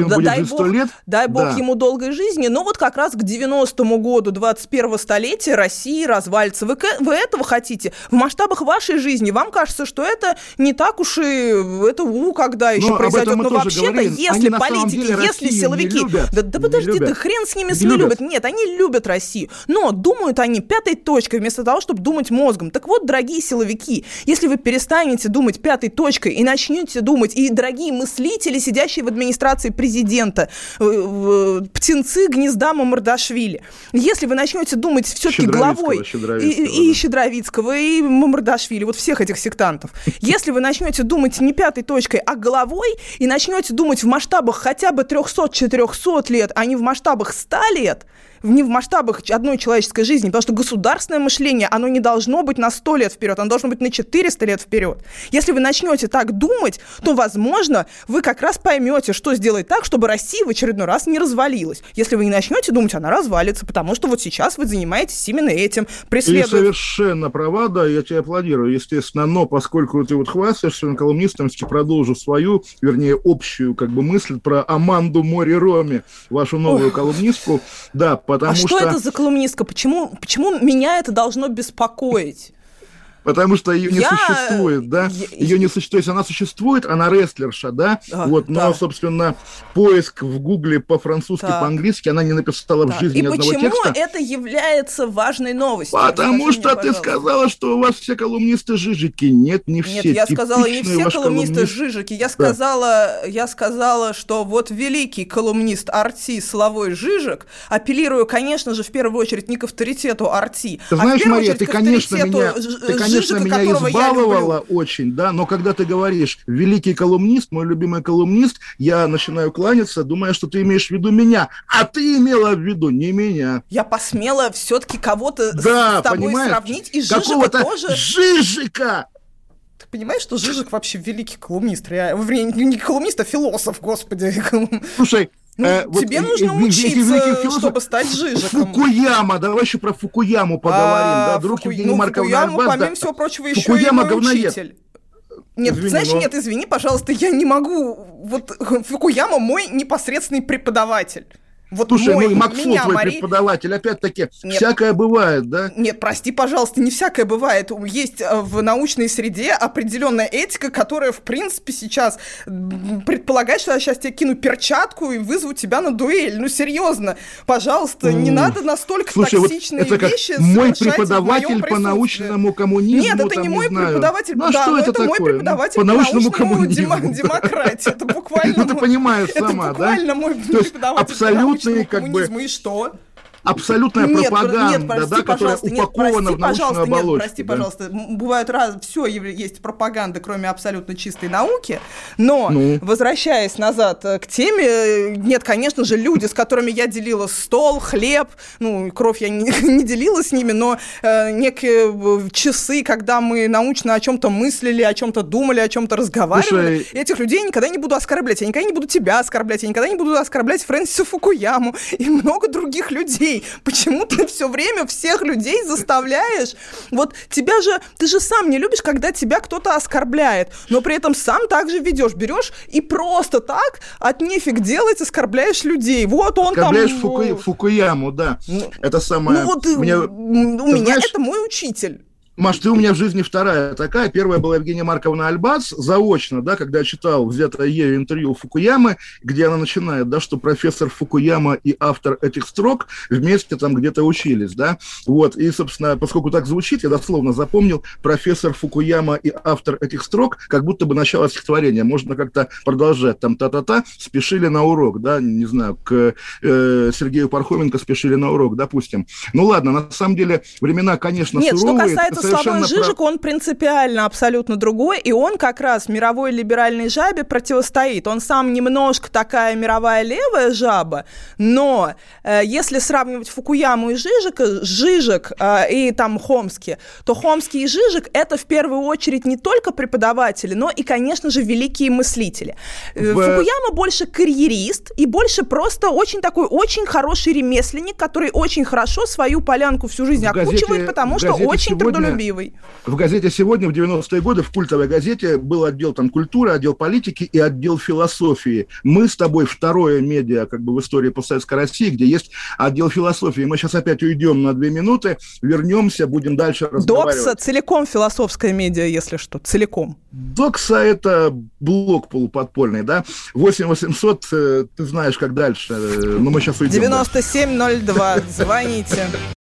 S3: Дай бог ему долгой жизни, но вот как раз к 90-му году 21-го столетия Россия развалится. Вы этого хотите? В масштабах вашей жизни вам кажется, что это не так уж и это когда еще произойдет. Но вообще-то, если политики, если силовики... Да подожди, ты хрен с ними не любят. Нет, они любят Россию. Но думают они пятой точкой вместо того, чтобы думать мозгом. Так вот, дорогие силовики, если вы перестанете думать пятой точкой и начнете думать, и дорогие мыслители, сидящие в администрации президента, птенцы гнезда Мамардашвили, если вы начнете думать все-таки головой и Щедровицкого, и Мамардашвили, вот всех этих сектантов, если вы начнете думать не пятой точкой, а головой, и начнете думать в масштабах хотя бы 300-400 лет, а не в масштабах 100 лет, не в масштабах одной человеческой жизни, потому что государственное мышление, оно не должно быть на 100 лет вперед, оно должно быть на 400 лет вперед. Если вы начнете так думать, то, возможно, вы как раз поймете, что сделать так, чтобы Россия в очередной раз не развалилась. Если вы не начнете думать, она развалится, потому что вот сейчас вы занимаетесь именно этим, преследуя...
S2: Ты совершенно права, да, я тебе аплодирую, естественно, но поскольку ты вот хвастаешься своим колумнистом, продолжу свою, вернее, общую как бы мысль про Аманду Мори Роми, вашу новую колумнистку, да, потому что...
S3: что это за колумнистка? Почему меня это должно беспокоить?
S2: Потому что ее не существует, да? Ее не существует. То есть она существует, она рестлерша, да? Но, собственно, поиск в Гугле по-французски, по-английски она не написала в жизни ни одного текста.
S3: И почему это является важной новостью?
S2: Потому что ты сказала, что у вас все колумнисты жижики. Нет, не все.
S3: Нет, я сказала, не все колумнисты жижики. Я сказала, что вот великий колумнист Арти Славой Жижик, апеллирую, конечно же, в первую очередь не к авторитету Арти,
S2: ты знаешь, Мария, ты, конечно, меня избаловала очень, да, но когда ты говоришь «великий колумнист», мой любимый колумнист, я начинаю кланяться, думая, что ты имеешь в виду меня, а ты имела в виду не меня.
S3: Я посмела все-таки кого-то с тобой сравнить, и Жижика тоже...
S2: Жижика!
S3: Ты понимаешь, что Жижик вообще великий колумнист? Не колумнист, а философ, господи.
S2: Слушай,
S3: тебе нужно учиться, чтобы стать Жижиком.
S2: Фукуяма, давай еще про Фукуяму поговорим. Да, друг Евгений Марковна Альбас.
S3: Помимо всего прочего, еще и мой учитель. Нет, извини, пожалуйста, я не могу. Вот Фукуяма мой непосредственный преподаватель. Вот
S2: слушай, Максул твой преподаватель, опять-таки, всякое бывает, да?
S3: Нет, прости, пожалуйста, не всякое бывает. Есть в научной среде определенная этика, которая, в принципе, сейчас предполагает, что я сейчас тебе кину перчатку и вызову тебя на дуэль. Ну, серьезно, пожалуйста, не надо настолько токсичные вещи совершать
S2: мой преподаватель по научному коммунизму.
S3: Нет, это не мой преподаватель,
S2: это
S3: мой преподаватель по научному демократии. Это буквально...
S2: Ну, ты понимаешь сама, да?
S3: Это буквально мой преподаватель коммунизма, и что?
S2: Абсолютная пропаганда, которая упакована в научную оболочку.
S3: Прости, пожалуйста, бывают все есть пропаганда, кроме абсолютно чистой науки, но, возвращаясь назад к теме, нет, конечно же, люди, с которыми я делила стол, хлеб, кровь я не делила с ними, но некие часы, когда мы научно о чем-то мыслили, о чем-то думали, о чем-то разговаривали, этих людей я никогда не буду оскорблять, я никогда не буду тебя оскорблять, я никогда не буду оскорблять Фрэнсиса Фукуяму и много других людей. Почему ты все время всех людей заставляешь? Вот ты же сам не любишь, когда тебя кто-то оскорбляет, но при этом сам так же ведешь, берешь и просто так от нефиг делать оскорбляешь людей. Вот он
S2: оскорбляешь Фукуяму, да. Это самое...
S3: у меня это мой учитель.
S2: Маш, ты у меня в жизни вторая такая. Первая была Евгения Марковна Альбац, заочно, да, когда я читал взятое ею интервью Фукуямы, где она начинает, да, что профессор Фукуяма и автор этих строк вместе там где-то учились, да, вот, и, собственно, поскольку так звучит, я дословно запомнил профессор Фукуяма и автор этих строк, как будто бы начало стихотворения, можно как-то продолжать, там, та-та-та, спешили на урок, да, не знаю, к Сергею Пархоменко спешили на урок, допустим. Ну, ладно, на самом деле, времена, конечно, суровые.
S3: Нет, что касается Славой Жижик, он принципиально абсолютно другой, и он как раз мировой либеральной жабе противостоит. Он сам немножко такая мировая левая жаба, но если сравнивать Фукуяму и Жижик и там Хомски, то Хомский и Жижик — это в первую очередь не только преподаватели, но и, конечно же, великие мыслители. Фукуяма больше карьерист и больше просто очень такой, очень хороший ремесленник, который очень хорошо свою полянку всю жизнь окучивает, потому что очень трудолюбивый.
S2: В газете «Сегодня» в 90-е годы, в культовой газете, был отдел там культуры, отдел политики и отдел философии. Мы с тобой второе медиа как бы в истории постсоветской России, где есть отдел философии. Мы сейчас опять уйдем на 2 минуты, вернемся, будем дальше разговаривать.
S3: Докса целиком философская медиа, если что, целиком.
S2: Докса — это блок полуподпольный, да? 8 800, ты знаешь, как дальше. Но мы сейчас уйдем.
S3: 9702, звоните.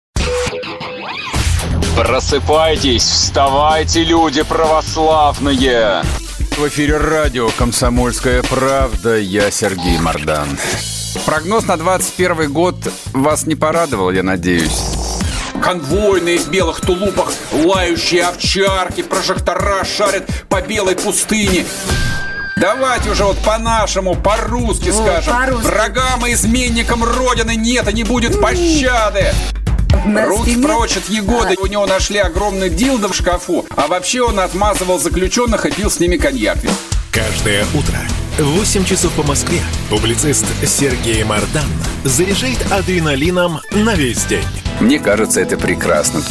S7: Просыпайтесь, вставайте, люди православные! В эфире радио «Комсомольская правда». Я Сергей Мордан. Прогноз на 21 год вас не порадовал, я надеюсь. Конвойные в белых тулупах, лающие овчарки, прожектора шарят по белой пустыне. Давайте уже вот по-нашему, по-русски скажем. По-русски. Врагам и изменникам Родины нет и не будет пощады. Руки прочь от Егоды. У него нашли огромный дилдо в шкафу. А вообще он отмазывал заключенных и пил с ними коньяк.
S1: Каждое утро в 8 часов по Москве публицист Сергей Мордан заряжает адреналином на весь день.
S7: Мне кажется, это прекрасно.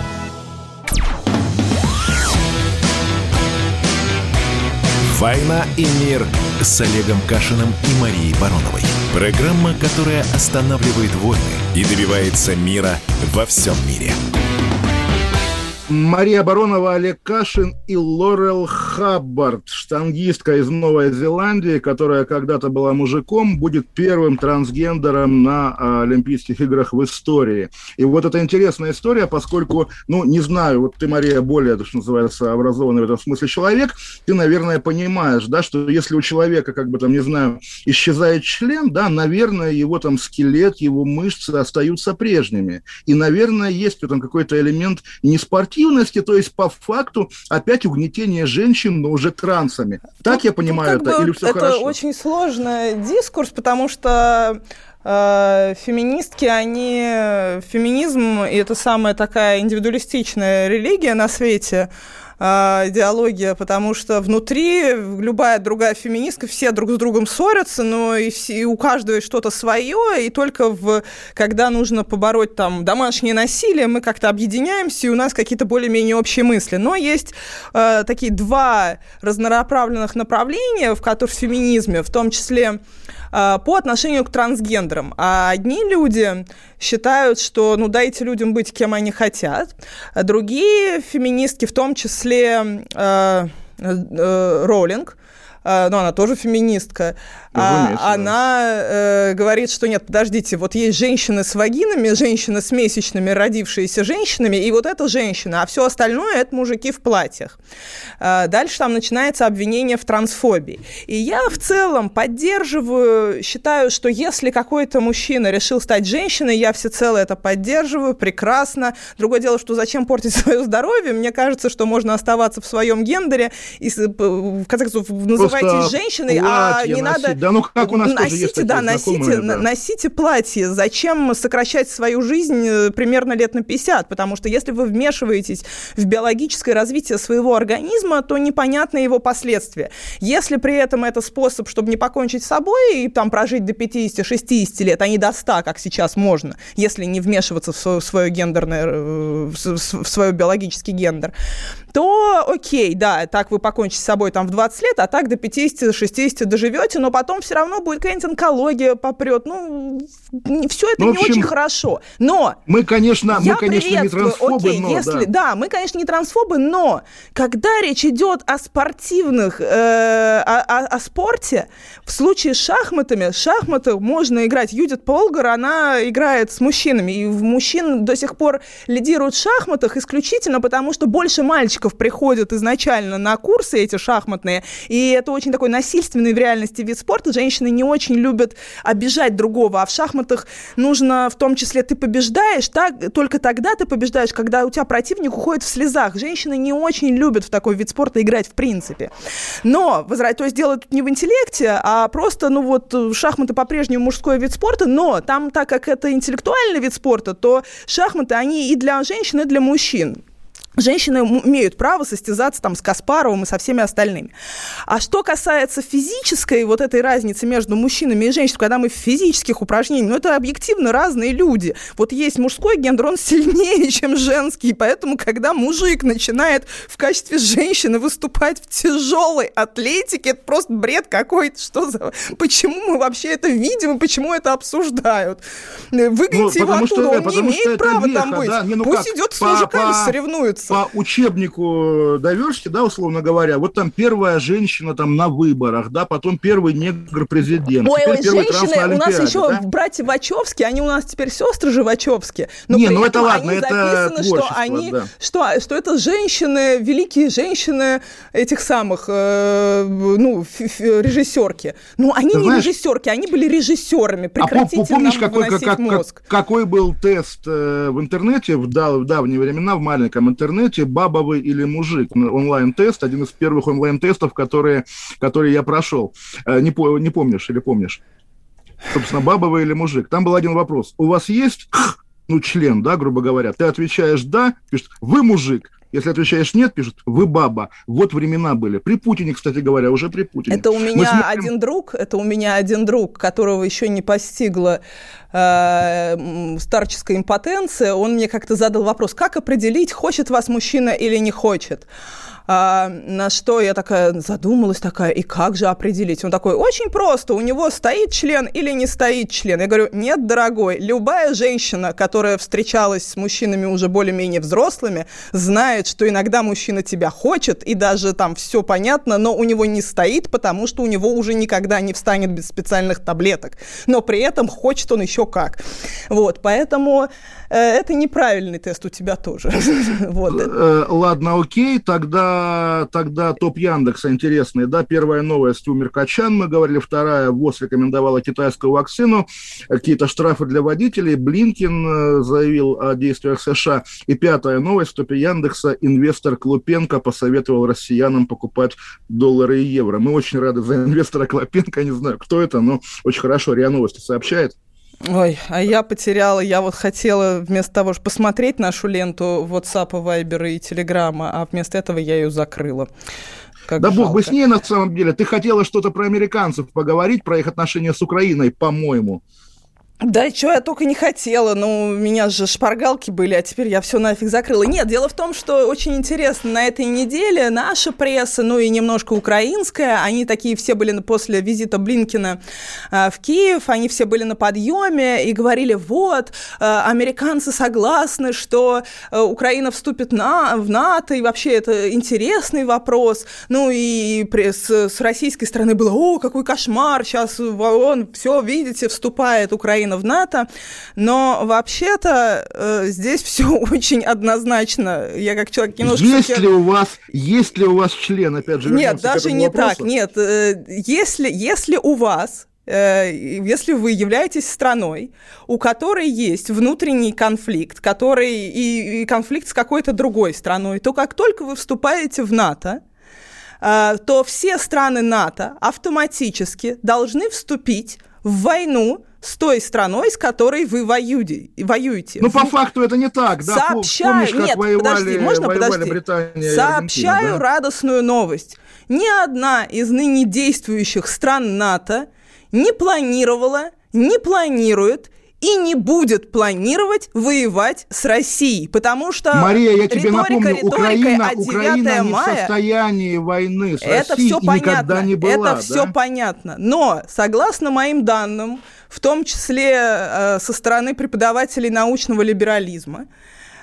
S1: «Война и мир» с Олегом Кашиным и Марией Бароновой. Программа, которая останавливает войны и добивается мира во всем мире.
S2: Мария Баронова, Олег Кашин и Лорел Хаббард, штангистка из Новой Зеландии, которая когда-то была мужиком, будет первым трансгендером на Олимпийских играх в истории. И вот это интересная история, поскольку, не знаю, вот ты, Мария, более, что называется, образованный в этом смысле человек, ты, наверное, понимаешь, да, что если у человека, исчезает член, да, наверное, его там скелет, его мышцы остаются прежними. И, наверное, есть там какой-то элемент неспортивный, то есть по факту опять угнетение женщин, но уже трансами. Так я понимаю это, или все хорошо?
S3: Это очень сложный дискурс, потому что феминистки, феминизм, и это самая такая индивидуалистичная религия на свете, идеология, потому что внутри любая другая феминистка, все друг с другом ссорятся, но и у каждого есть что-то свое, и только когда нужно побороть там домашнее насилие, мы как-то объединяемся, и у нас какие-то более-менее общие мысли. Но есть такие 2 разнонаправленных направления в феминизме, в том числе по отношению к трансгендерам. А одни люди считают, что дайте людям быть кем они хотят, а другие феминистки, в том числе Роулинг, она тоже феминистка, она говорит, что нет, подождите, вот есть женщины с вагинами, женщины с месячными, родившиеся женщинами, и вот эта женщина, а все остальное – это мужики в платьях. Дальше там начинается обвинение в трансфобии. И я в целом поддерживаю, считаю, что если какой-то мужчина решил стать женщиной, я всецело это поддерживаю, прекрасно. Другое дело, что зачем портить свое здоровье? Мне кажется, что можно оставаться в своем гендере и, в конце концов, называйтесь женщиной, а не надо...
S2: Да, как у нас тоже есть такие знакомые,
S3: носите платье. Зачем сокращать свою жизнь примерно лет на 50? Потому что если вы вмешиваетесь в биологическое развитие своего организма, то непонятны его последствия. Если при этом это способ, чтобы не покончить с собой и там прожить до 50-60 лет, а не до 100, как сейчас можно, если не вмешиваться в свое гендерное, в свой биологический гендер, то окей, да, так вы покончите с собой там в 20 лет, а так до 50-60 доживете, но потом все равно будет какая-нибудь онкология попрет. Все это не очень хорошо. Но
S2: мы, конечно, не трансфобы,
S3: мы, конечно, не трансфобы, но когда речь идет о спортивных, о спорте, в случае с шахматами, шахматы можно играть. Юдит Полгар, она играет с мужчинами, и мужчин до сих пор лидируют в шахматах исключительно потому, что больше мальчиков мальчиков приходят изначально на курсы эти шахматные, и это очень такой насильственный в реальности вид спорта. Женщины не очень любят обижать другого, а в шахматах нужно в том числе ты побеждаешь, только тогда ты побеждаешь, когда у тебя противник уходит в слезах. Женщины не очень любят в такой вид спорта играть в принципе. Но, то есть дело тут не в интеллекте, а просто, шахматы по-прежнему мужской вид спорта, но там, так как это интеллектуальный вид спорта, то шахматы, они и для женщин, и для мужчин. Женщины имеют право состязаться там с Каспаровым и со всеми остальными. А что касается физической вот этой разницы между мужчинами и женщинами, когда мы в физических упражнениях, это объективно разные люди. Вот есть мужской гендер, он сильнее, чем женский, поэтому, когда мужик начинает в качестве женщины выступать в тяжелой атлетике, это просто бред какой-то. Почему мы вообще это видим и почему это обсуждают? Выгоните его оттуда, он не имеет права там быть. Да? Пусть идет с мужиками соревнуется.
S2: По учебнику довершки, да, условно говоря, вот там первая женщина там на выборах, да, потом первый негр-президент.
S3: Ой, женщины, у нас еще да? братья Вачовски, они у нас теперь сестры же Вачовски. Но
S2: это ладно, это
S3: записано, что это женщины, великие женщины этих самых, режиссерки. Они не режиссерки, они были режиссерами. Прекратите нам выносить мозг.
S2: Какой был тест в интернете в давние времена, в маленьком интернете, баба вы или мужик, онлайн-тест, один из первых онлайн-тестов, которые я прошел. Не помнишь или помнишь? Собственно, баба вы или мужик. Там был один вопрос. У вас есть, член, да, грубо говоря? Ты отвечаешь «да», пишет «вы мужик». Если отвечаешь «нет», пишут «вы баба». Вот времена были. При Путине, кстати говоря, уже при Путине.
S3: Это у меня один друг, которого еще не постигла старческая импотенция. Он мне как-то задал вопрос, как определить, хочет вас мужчина или не хочет. На что я задумалась, и как же определить? Он такой, очень просто, у него стоит член или не стоит член? Я говорю, нет, дорогой, любая женщина, которая встречалась с мужчинами уже более-менее взрослыми, знает, что иногда мужчина тебя хочет, и даже там все понятно, но у него не стоит, потому что у него уже никогда не встанет без специальных таблеток. Но при этом хочет он еще как. Вот, поэтому это неправильный тест у тебя тоже.
S2: Ладно, окей, тогда топ Яндекса интересный, да, первая новость у Меркачан, мы говорили, вторая, ВОЗ рекомендовала китайскую вакцину, какие-то штрафы для водителей, Блинкин заявил о действиях США, и пятая новость в топе Яндекса, инвестор Клопенко посоветовал россиянам покупать доллары и евро. Мы очень рады за инвестора Клопенко, не знаю, кто это, но очень хорошо, РИА Новости сообщает.
S3: Ой, а я потеряла, я хотела вместо того, чтобы посмотреть нашу ленту WhatsApp, Viber и Telegram, а вместо этого я ее закрыла. Да жалко.
S2: Бог бы с ней на самом деле. Ты хотела что-то про американцев поговорить, про их отношения с Украиной, по-моему.
S3: Да, что я только не хотела, у меня же шпаргалки были, а теперь я все нафиг закрыла. Нет, дело в том, что очень интересно, на этой неделе наша пресса, и немножко украинская, они такие все были после визита Блинкина в Киев, они все были на подъеме и говорили, американцы согласны, что Украина вступит в НАТО, и вообще это интересный вопрос. И с российской стороны было, какой кошмар, сейчас все, видите, вступает Украина в НАТО, но вообще-то здесь все очень однозначно. Я как человек немножко...
S2: Есть ли у вас член, опять же,
S3: нет, даже не вопросу. Так, нет. Если у вас, если вы являетесь страной, у которой есть внутренний конфликт, и конфликт с какой-то другой страной, то как только вы вступаете в НАТО, то все страны НАТО автоматически должны вступить в войну с той страной, с которой вы воюете.
S2: По факту это не так, да?
S3: Помнишь, как воевали Британия и Аргентина, да? Радостную новость. Ни одна из ныне действующих стран НАТО не планировала, не планирует и не будет планировать воевать с Россией, потому что
S2: Мария, я тебе напомню, Украина не в состоянии войны с Россией и никогда не была.
S3: Это все понятно, но, согласно моим данным, в том числе со стороны преподавателей научного либерализма,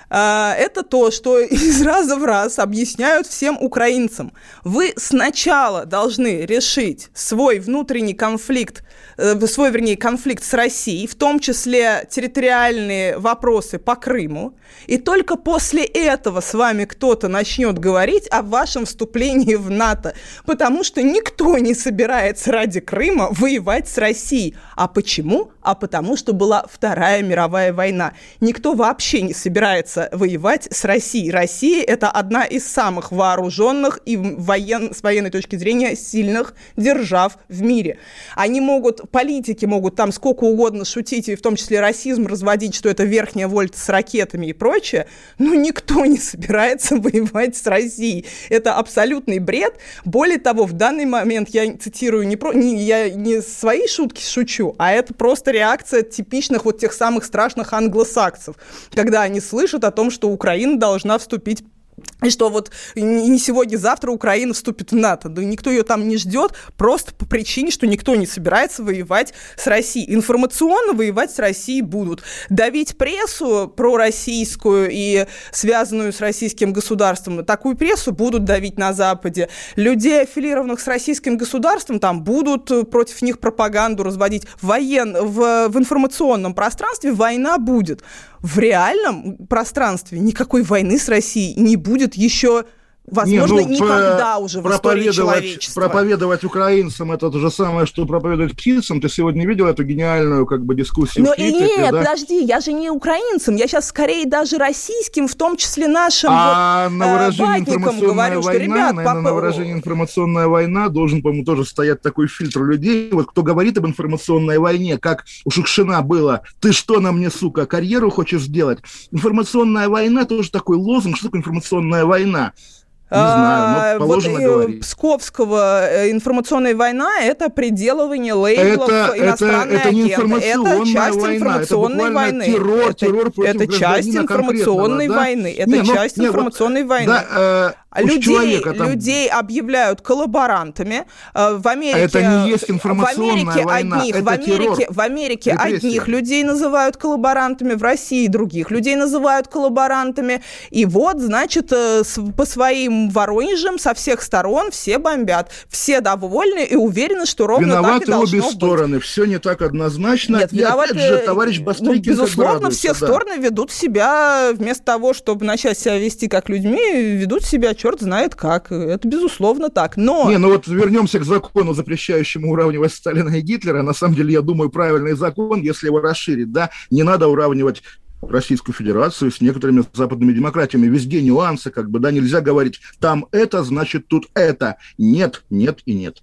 S3: это то, что из раза в раз объясняют всем украинцам. Вы сначала должны решить свой внутренний конфликт, конфликт с Россией, в том числе территориальные вопросы по Крыму, и только после этого с вами кто-то начнет говорить о вашем вступлении в НАТО, потому что никто не собирается ради Крыма воевать с Россией. А почему? А потому что была Вторая мировая война. Никто вообще не собирается воевать с Россией. Россия – это одна из самых вооруженных и с военной точки зрения сильных держав в мире. Политики могут там сколько угодно шутить, и в том числе расизм разводить, что это верхняя вольта с ракетами и прочее, но никто не собирается воевать с Россией. Это абсолютный бред. Более того, в данный момент, я цитирую, я не свои шутки шучу, а это просто реакция типичных вот тех самых страшных англосаксов, когда они слышат о том, что Украина должна вступить, и что вот не сегодня-завтра Украина вступит в НАТО. Да никто ее там не ждет, просто по причине, что никто не собирается воевать с Россией. Информационно воевать с Россией будут. Давить прессу пророссийскую и связанную с российским государством, такую прессу будут давить на Западе. Людей, аффилированных с российским государством, там будут против них пропаганду разводить. В информационном пространстве война будет. В реальном пространстве никакой войны с Россией не будет еще, возможно, никогда уже в истории человечества.
S2: Проповедовать украинцам — это то же самое, что проповедовать птицам. Ты сегодня видел эту гениальную дискуссию в Твиттере?
S3: Нет, подожди, я же не украинцам, я сейчас скорее даже российским, в том числе нашим ватникам говорю, что, ребят...
S2: На выражение «информационная война» должен, по-моему, тоже стоять такой фильтр людей. Вот кто говорит об информационной войне, как у Шукшина было: «Ты что на мне, сука, карьеру хочешь сделать?» Информационная война тоже такой лозунг. Что такое информационная война? Не знаю, но положено говорить.
S3: Псковского информационная война – это приделывание лейблов иностранной агенты. Это часть информационной войны. Это часть информационной войны. Это часть информационной войны. Людей объявляют коллаборантами. В Америке,
S2: это не есть информационная война, это террор.
S3: В Америке одних людей называют коллаборантами, в России других людей называют коллаборантами. И вот, значит, по своим Воронежам со всех сторон все бомбят. Все довольны и уверены, что ровно
S2: виноваты
S3: так и должно быть.
S2: Обе стороны. Все не так однозначно.
S3: Нет,
S2: и опять же, товарищ Бастрыкин,
S3: безусловно, все стороны ведут себя, вместо того, чтобы начать себя вести как людьми, ведут себя черт знает как. Это безусловно так. Но...
S2: вернемся к закону, запрещающему уравнивать Сталина и Гитлера. На самом деле, я думаю, правильный закон, если его расширить, не надо уравнивать Российскую Федерацию с некоторыми западными демократиями. Везде нюансы, нельзя говорить, там это, значит, тут это. Нет, нет и нет.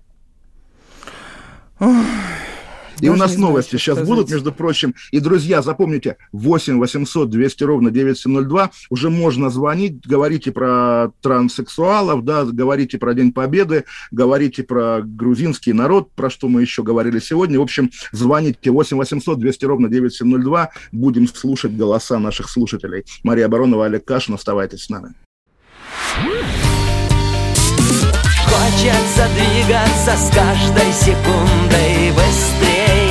S2: И у нас новости сейчас будут, между прочим. И, друзья, запомните, 8 800 200 ровно 9702. Уже можно звонить, говорите про транссексуалов, говорите про День Победы, говорите про грузинский народ, про что мы еще говорили сегодня. В общем, звоните 8 800 200 ровно 9702. Будем слушать голоса наших слушателей. Мария Баронова, Олег Кашин. Оставайтесь с нами.
S4: Хочется двигаться с каждой секундой быстрей.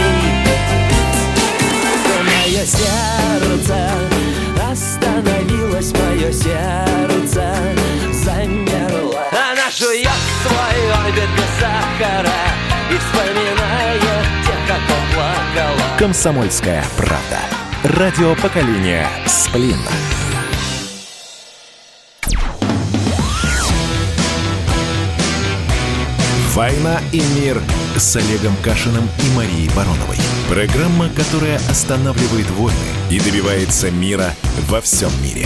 S4: Мое сердце остановилось, мое сердце замерло. Она жует свой орбит без сахара и вспоминает тех, кто плакала.
S1: «Комсомольская правда». Радио поколения «Сплин». «Война и мир» с Олегом Кашиным и Марией Бароновой. Программа, которая останавливает войны и добивается мира во всем мире.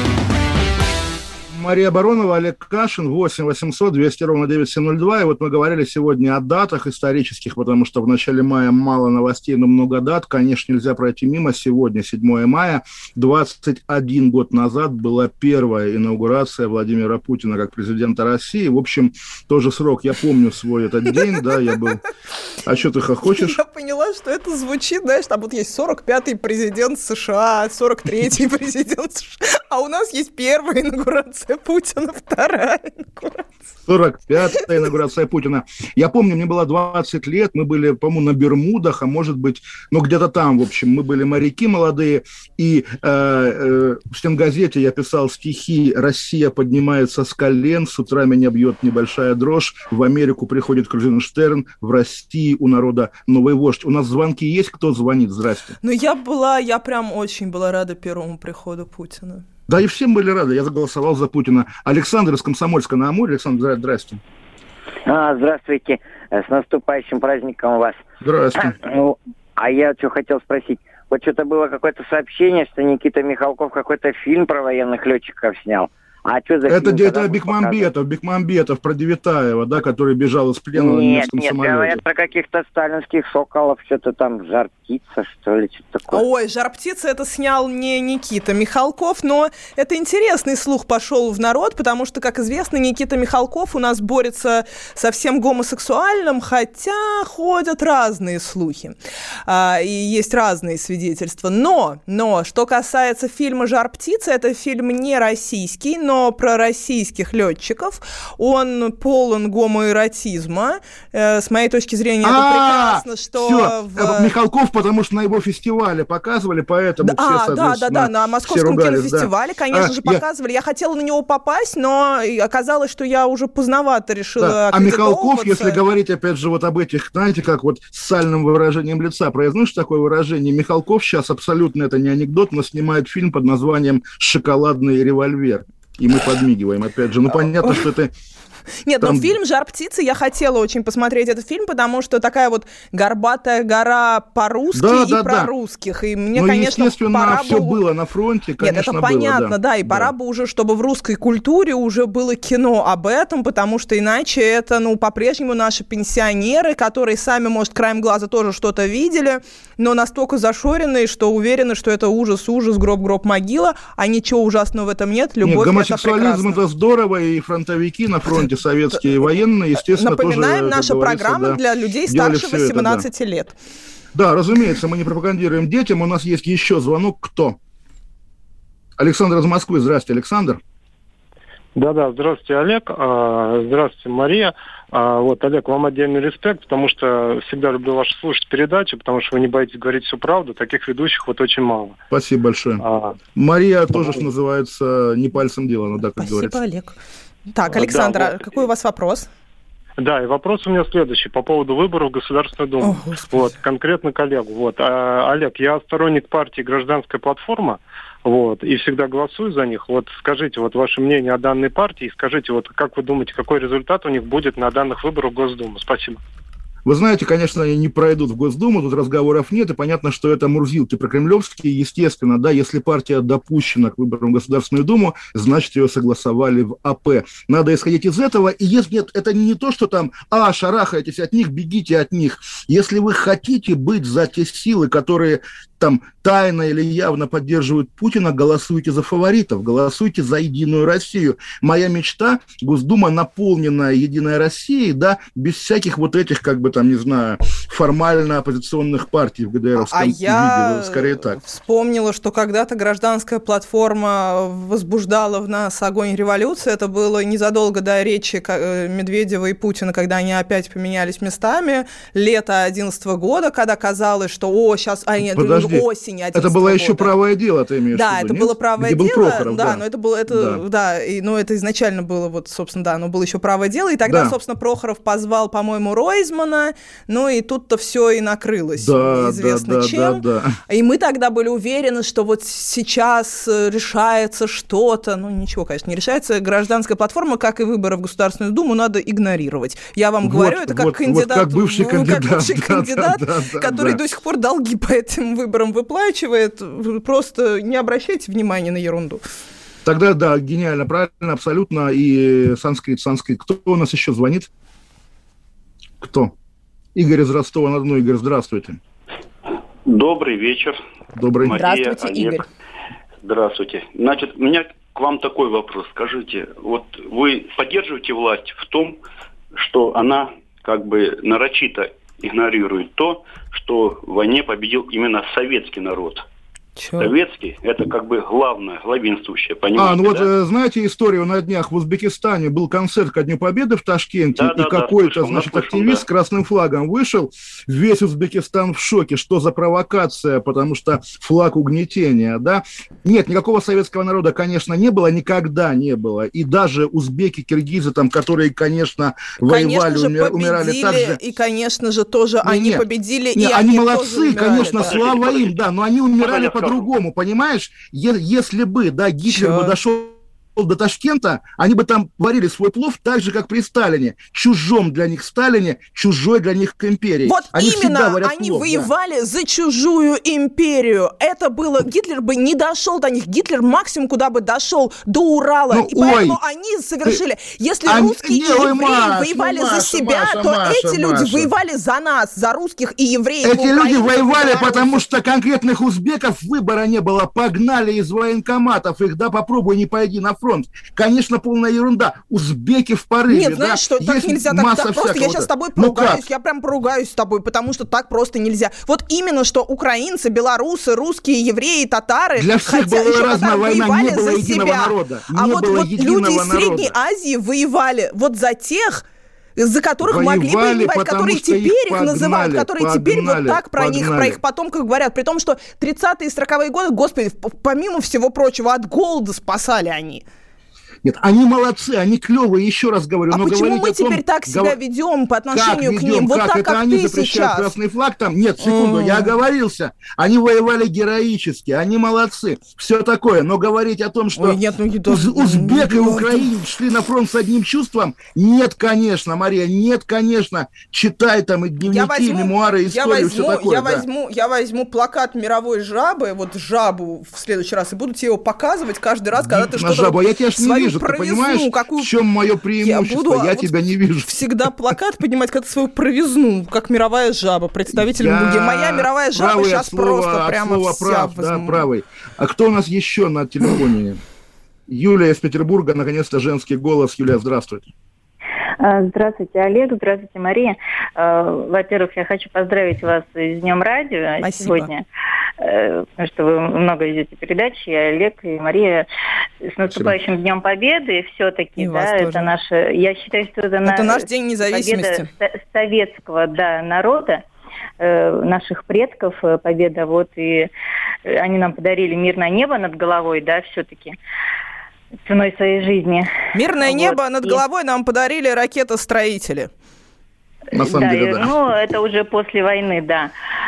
S2: Мария Баронова, Олег Кашин, 8 800 200 ровно 9702. И вот мы говорили сегодня о датах исторических, потому что в начале мая мало новостей, но много дат. Конечно, нельзя пройти мимо. Сегодня, 7 мая, 21 год назад была первая инаугурация Владимира Путина как президента России. В общем, тоже срок. Я помню свой этот день, я был... А что ты хохочешь?
S3: Я поняла, что это звучит, знаешь, там вот есть 45-й президент США, 43-й президент США, а у нас есть первая инаугурация Путина, вторая инаугурация.
S2: 45-я инаугурация Путина. Я помню, мне было 20 лет, мы были, по-моему, на Бермудах, а может быть, ну, где-то там, в общем, мы были моряки молодые, и в стенгазете я писал стихи «Россия поднимается с колен, с утра меня бьет небольшая дрожь, в Америку приходит Крузенштерн, в России у народа новый вождь». У нас звонки есть? Кто звонит? Здрасте.
S3: Ну, я прям очень была рада первому приходу Путина.
S2: Да, и всем были рады. Я заголосовал за Путина. Александр из Комсомольска на Амуре. Александр, здрасте.
S8: Здравствуйте. С наступающим праздником вас.
S2: Здравствуйте.
S8: А я что хотел спросить. Вот что-то было какое-то сообщение, что Никита Михалков какой-то фильм про военных летчиков снял. А что за фильм?
S2: Это Бекмамбетов про Девятаева, да, который бежал из плена на немецком самолете. Нет,
S8: говорят про каких-то сталинских соколов, что-то там, Жар-птица, что ли, что-то такое.
S3: Ой, Жар-птица это снял не Никита Михалков, но это интересный слух пошел в народ, потому что, как известно, Никита Михалков у нас борется со всем гомосексуальным, хотя ходят разные слухи, и есть разные свидетельства. Но, что касается фильма «Жар-птица», это фильм не российский, но про российских летчиков. Он полон гомоэротизма. С моей точки зрения, это прекрасно, что...
S2: Михалков, потому что на его фестивале показывали, поэтому все, соответственно,
S3: да, на Московском кинофестивале, конечно же, показывали. Я хотела на него попасть, но оказалось, что я уже поздновато решила аккредитовываться.
S2: А Михалков, если говорить, опять же, вот об этих, знаете, как вот с сальным выражением лица, произносишь такое выражение, Михалков сейчас абсолютно, это не анекдот, но снимает фильм под названием «Шоколадный револьвер». И мы подмигиваем, опять же. Ну, понятно, что это...
S3: Нет, но фильм «Жар-птицы» я хотела очень посмотреть этот фильм, потому что такая вот горбатая гора по-русски про русских. И мне, конечно,
S2: естественно, все было на фронте, конечно,
S3: Нет, это понятно, да. И пора бы уже, чтобы в русской культуре уже было кино об этом, потому что иначе это, по-прежнему наши пенсионеры, которые сами, может, краем глаза тоже что-то видели, но настолько зашоренные, что уверены, что это ужас, гроб, могила, а ничего ужасного в этом нет. Любовь —
S2: гомосексуализм — это здорово, и фронтовики на фронте советские военные, естественно,
S3: напоминаем, тоже, наша программа для людей старше 18 лет.
S2: Да, разумеется, мы не пропагандируем детям. У нас есть еще звонок. Кто? Александр из Москвы. Здравствуйте, Александр.
S9: Да, здравствуйте, Олег. Здравствуйте, Мария. Олег, вам отдельный респект, потому что всегда люблю вашу слушать передачу, потому что вы не боитесь говорить всю правду. Таких ведущих очень мало.
S2: Спасибо большое. Мария тоже, что называется, не пальцем дело, но да, как
S3: Спасибо,
S2: говорится.
S3: Олег. Так, Александр, какой у вас вопрос?
S9: Да, и вопрос у меня следующий по поводу выборов в Государственную Думу. Конкретно коллегу. Олег, я сторонник партии «Гражданская платформа», и всегда голосую за них. Скажите, ваше мнение о данной партии, и скажите, как вы думаете, какой результат у них будет на данных выборах в Госдуму? Спасибо.
S2: Вы знаете, конечно, они не пройдут в Госдуму, тут разговоров нет, и понятно, что это мурзилки прокремлевские, естественно, да, если партия допущена к выборам в Государственную Думу, значит, ее согласовали в АП. Надо исходить из этого, и если нет, это не то, что там, шарахаетесь от них, бегите от них. Если вы хотите быть за те силы, которые там тайно или явно поддерживают Путина, голосуйте за фаворитов, голосуйте за «Единую Россию». Моя мечта – Госдума, наполненная «Единой Россией», да, без всяких этих, формально оппозиционных партий в ГДРовском виде, скорее так.
S3: Вспомнила, что когда-то «Гражданская платформа» возбуждала в нас огонь революции. Это было незадолго до речи Медведева и Путина, когда они опять поменялись местами. Лето 2011 года, когда казалось, что осень 2011
S2: это было еще «Правое дело», ты имеешь в виду?
S3: Да, это было «Правое
S2: дело»,
S3: Прохоров, но это было, это изначально было, но было еще «Правое дело», и тогда, собственно, Прохоров позвал, по-моему, Ройзмана, и тут-то все и накрылось, неизвестно чем. И мы тогда были уверены, что сейчас решается что-то, ничего, конечно, не решается. «Гражданская платформа», как и выборы в Государственную Думу, надо игнорировать. Я вам говорю, это как кандидат,
S2: как бывший кандидат,
S3: который до сих пор долги по этим выборам выплачивает. Просто не обращайте внимания на ерунду.
S2: Тогда, да, гениально, правильно, абсолютно. И санскрит. Кто у нас еще звонит? Кто? Игорь из Ростова-на-Дону. Игорь, здравствуйте.
S10: Добрый вечер.
S2: Добрый.
S3: Мария, здравствуйте,
S10: Олег.
S3: Игорь.
S10: Здравствуйте. Значит, у меня к вам такой вопрос. Скажите, вы поддерживаете власть в том, что она нарочито игнорирует то, что в войне победил именно советский народ? Советский – это как бы главное, главенствующее, понимаете,
S2: вот знаете историю на днях в Узбекистане? Был концерт ко Дню Победы в Ташкенте, и какой-то, активист с красным флагом вышел, весь Узбекистан в шоке, что за провокация, потому что флаг угнетения, да? Нет, никакого советского народа, конечно, не было, никогда не было, и даже узбеки, киргизы, там, которые, конечно, воевали, умирали так же.
S3: И, конечно же, тоже они победили, и
S2: они молодцы, умирали, конечно, слава им, да, но они умирали по-другому, понимаешь? Если бы, да, Гитлер бы дошел до Ташкента, они бы там варили свой плов так же, как при Сталине. Чужом для них Сталине, чужой для них к империи.
S3: Вот
S2: они
S3: именно, они воевали за чужую империю. Это было, Гитлер бы не дошел до них. Гитлер максимум куда бы дошел, до Урала. И поэтому они совершили... Если русские и евреи воевали за себя, то эти люди воевали за нас, за русских и евреев.
S2: Эти люди воевали, потому что конкретных узбеков выбора не было. Погнали из военкоматов их, да, попробуй не пойди на фронт. Конечно, полная ерунда. Узбеки в порыве.
S3: Нет, знаешь что, так нельзя, так просто. Я сейчас с тобой поругаюсь, я прям поругаюсь с тобой, потому что так просто нельзя. Вот именно, что украинцы, белорусы, русские, евреи, татары...
S2: Для всех была разная война, не было единого народа.
S3: А вот люди из Средней Азии воевали вот за тех, за которых могли бы воевать, которые теперь их называют, которые теперь вот так про них, про их потомков говорят. При том, что 30-е и 40-е годы, господи, помимо всего прочего, от голода спасали они.
S2: Нет, они молодцы, они клевые, еще раз говорю.
S3: А
S2: но
S3: почему мы теперь так себя ведем по отношению к ним? Вот так, как
S2: они
S3: ты
S2: запрещают
S3: сейчас.
S2: Красный флаг там? Нет, секунду, я оговорился. Они воевали героически, они молодцы. Все такое. Но говорить о том, что узбек и украинец шли на фронт с одним чувством, нет, конечно, Мария, нет, конечно. Читай там и дневники, и мемуары, историю, все такое.
S3: Я возьму плакат мировой жабы, вот жабу в следующий раз, и буду тебе его показывать каждый раз, когда ты что-то...
S2: Жабу, я тебя ж не вижу. Ты понимаешь, в чем мое преимущество? Я тебя не вижу.
S3: Всегда плакат поднимать, когда свою провизну, как мировая жаба, представитель МУГИ. Моя мировая жаба сейчас просто прямо вся возьму.
S2: Правый. А кто у нас еще на телефоне? Юлия из Петербурга, наконец-то женский голос. Юлия, здравствуйте.
S11: Здравствуйте, Олег. Здравствуйте, Мария. Во-первых, я хочу поздравить вас с Днем радио. Спасибо. Сегодня, потому что вы много ведете передач, и Олег, и Мария. С наступающим Днем Победы все-таки, да, это наша, я считаю, что это
S3: наш День независимости.
S11: Победа советского, да, народа, наших предков, победа, вот, и они нам подарили мирное небо над головой, да, все-таки. Ценой своей жизни.
S3: Мирное небо над головой нам подарили ракетостроители.
S2: На самом деле, да.
S11: Ну, это уже после войны, да.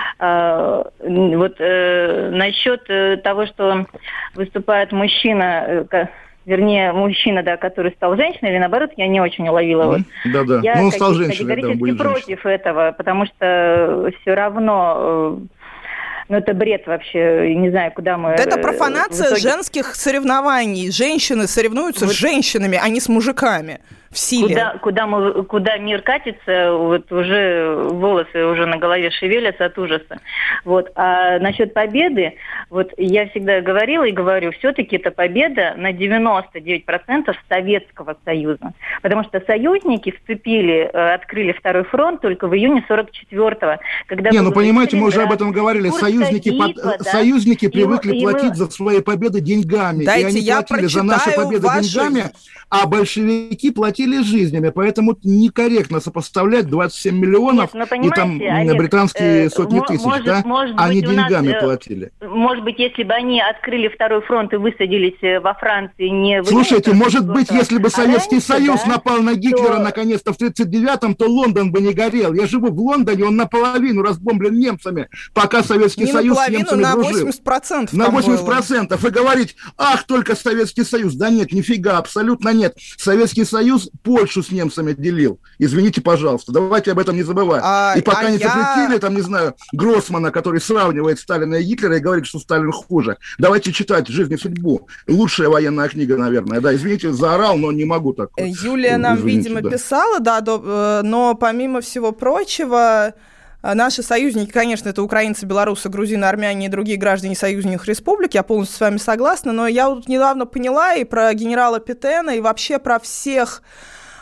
S11: Вот насчет того, что выступает мужчина, вернее, мужчина, да, который стал женщиной, или наоборот, я не очень уловила.
S2: Да-да,
S11: я
S2: он стал женщиной,
S11: категорически против этого, потому что все равно... Ну, это бред вообще, не знаю, куда мы...
S3: Это профанация женских соревнований. Женщины соревнуются с женщинами, а не с мужиками в силе.
S11: Куда мир катится, вот уже волосы уже на голове шевелятся от ужаса. Вот. А насчет победы, вот я всегда говорила и говорю, все-таки это победа на 99% Советского Союза. Потому что союзники вступили, открыли второй фронт только в июне 44-го. Когда
S2: понимаете, мы уже об этом говорили. Союзники привыкли платить за свои победы деньгами. И они платили за наши победы деньгами, а большевики платили жизнями. Поэтому некорректно сопоставлять 27 миллионов и там Олег, британские сотни тысяч, да? Они деньгами платили.
S11: Может быть, если бы они открыли второй фронт и высадились во Франции, не...
S2: Слушайте, может быть, если бы Советский Союз напал на Гитлера наконец-то в 1939-м, то Лондон бы не горел. Я живу в Лондоне, он наполовину разбомблен немцами, пока Советский Союз с немцами дружил.
S3: На
S2: 80%. И говорить, ах, только Советский Союз. Да нет, нифига, абсолютно нет. Советский Союз Польшу с немцами делил. Извините, пожалуйста. Давайте об этом не забывать. И пока не запретили, там, не знаю, Гроссмана, который сравнивает Сталина и Гитлера и говорит, что Сталин хуже. Давайте читать «Жизнь и судьбу». Лучшая военная книга, наверное. Да, извините, заорал, но не могу так.
S3: Юлия нам, видимо, писала, да, но помимо всего прочего... Наши союзники, конечно, это украинцы, белорусы, грузины, армяне и другие граждане союзных республик. Я полностью с вами согласна, но я вот недавно поняла и про генерала Петена, и вообще про всех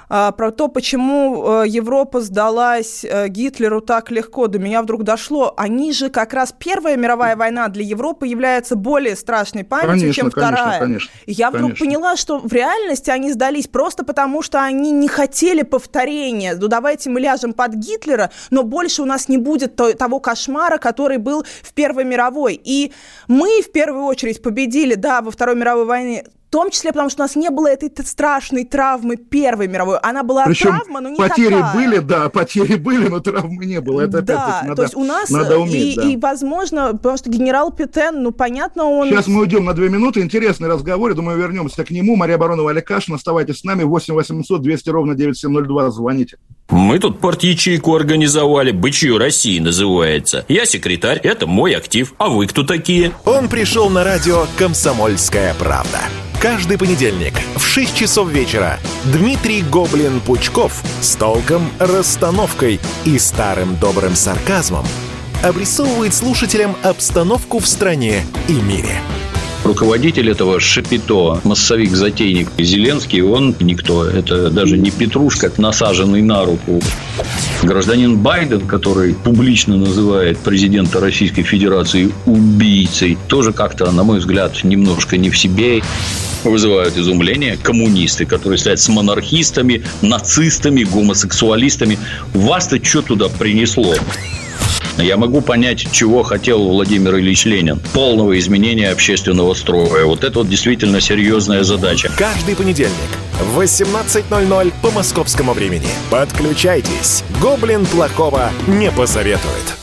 S3: про то, почему Европа сдалась Гитлеру так легко, до меня вдруг дошло. Они же как раз Первая мировая война для Европы является более страшной памятью, чем Вторая.
S2: Конечно.
S3: И я вдруг поняла, что в реальности они сдались просто потому, что они не хотели повторения. Ну, давайте мы ляжем под Гитлера, но больше у нас не будет того кошмара, который был в Первой мировой. И мы в первую очередь победили, да, во Второй мировой войне, в том числе потому, что у нас не было этой страшной травмы Первой мировой. Она была травма, но не
S2: потери
S3: такая.
S2: Потери были, но травмы не было. Это
S3: то есть у нас,
S2: надо уметь,
S3: и, возможно, потому что генерал Петен, понятно, он...
S2: Сейчас мы уйдем на 2 минуты. Интересный разговор. Я думаю, вернемся к нему. Мария Баронова, Олег Кашин. Оставайтесь с нами. 8 800 200 ровно 9702. Звоните.
S12: Мы тут парт-ячейку организовали. «Бычье России» называется. Я секретарь, это мой актив. А вы кто такие?
S1: Он пришел на радио «Комсомольская правда». Каждый понедельник в 6 часов вечера Дмитрий Гоблин-Пучков с толком, расстановкой и старым добрым сарказмом обрисовывает слушателям обстановку в стране и мире.
S12: Руководитель этого шапито, массовик-затейник Зеленский, он никто. Это даже не петрушка, насаженный на руку. Гражданин Байден, который публично называет президента Российской Федерации убийцей, тоже как-то, на мой взгляд, немножко не в себе. Вызывают изумление коммунисты, которые стоят с монархистами, нацистами, гомосексуалистами. Вас-то что туда принесло? Я могу понять, чего хотел Владимир Ильич Ленин. Полного изменения общественного строя. Вот это действительно серьезная задача.
S1: Каждый понедельник в 18:00 по московскому времени. Подключайтесь. Гоблин плохого не посоветует.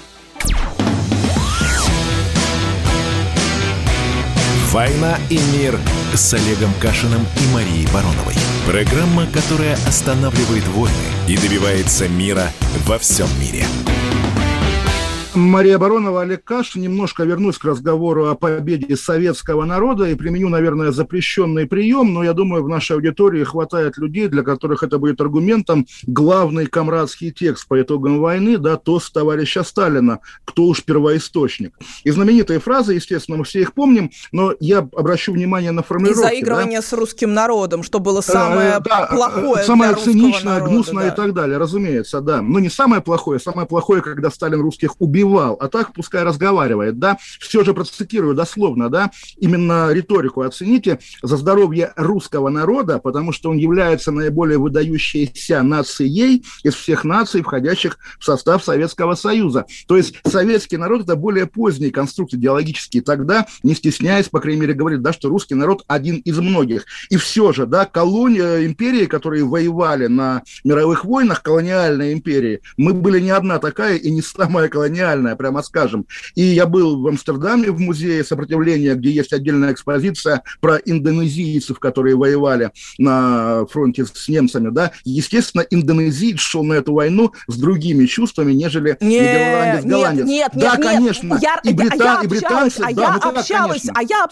S1: «Война и мир» с Олегом Кашиным и Марией Бароновой. Программа, которая останавливает войны и добивается мира во всем мире.
S2: Мария Баронова, Олег Кашин. Немножко вернусь к разговору о победе советского народа и применю, наверное, запрещенный прием, но я думаю, в нашей аудитории хватает людей, для которых это будет аргументом. Главный комрадский текст по итогам войны, да, тост товарища Сталина, кто уж первоисточник. И знаменитые фразы, естественно, мы все их помним, но я обращу внимание на формулировки.
S3: И заигрывание с русским народом, что было самое плохое
S2: самое
S3: для
S2: циничное,
S3: народа,
S2: гнусное, да, и так далее, разумеется, да. Но не самое плохое, когда Сталин русских убивал, а так пускай разговаривает, да. Все же процитирую дословно, да, именно риторику оцените: за здоровье русского народа, потому что он является наиболее выдающейся нацией из всех наций, входящих в состав Советского Союза. То есть советский народ – это более поздний конструкт идеологический. Тогда, не стесняясь, по крайней мере, говорит, да, что русский народ один из многих. И все же, да, колония, империи, которые воевали на мировых войнах, колониальные империи, мы были не одна такая и не самая колониальная, прямо скажем. И я был в Амстердаме в музее сопротивления, где есть отдельная экспозиция про индонезийцев, которые воевали на фронте с немцами, да. Естественно, индонезиец шел на эту войну с другими чувствами, нежели нидерландец-голландец.
S3: Нет,
S2: конечно. И британцы,
S3: я общалась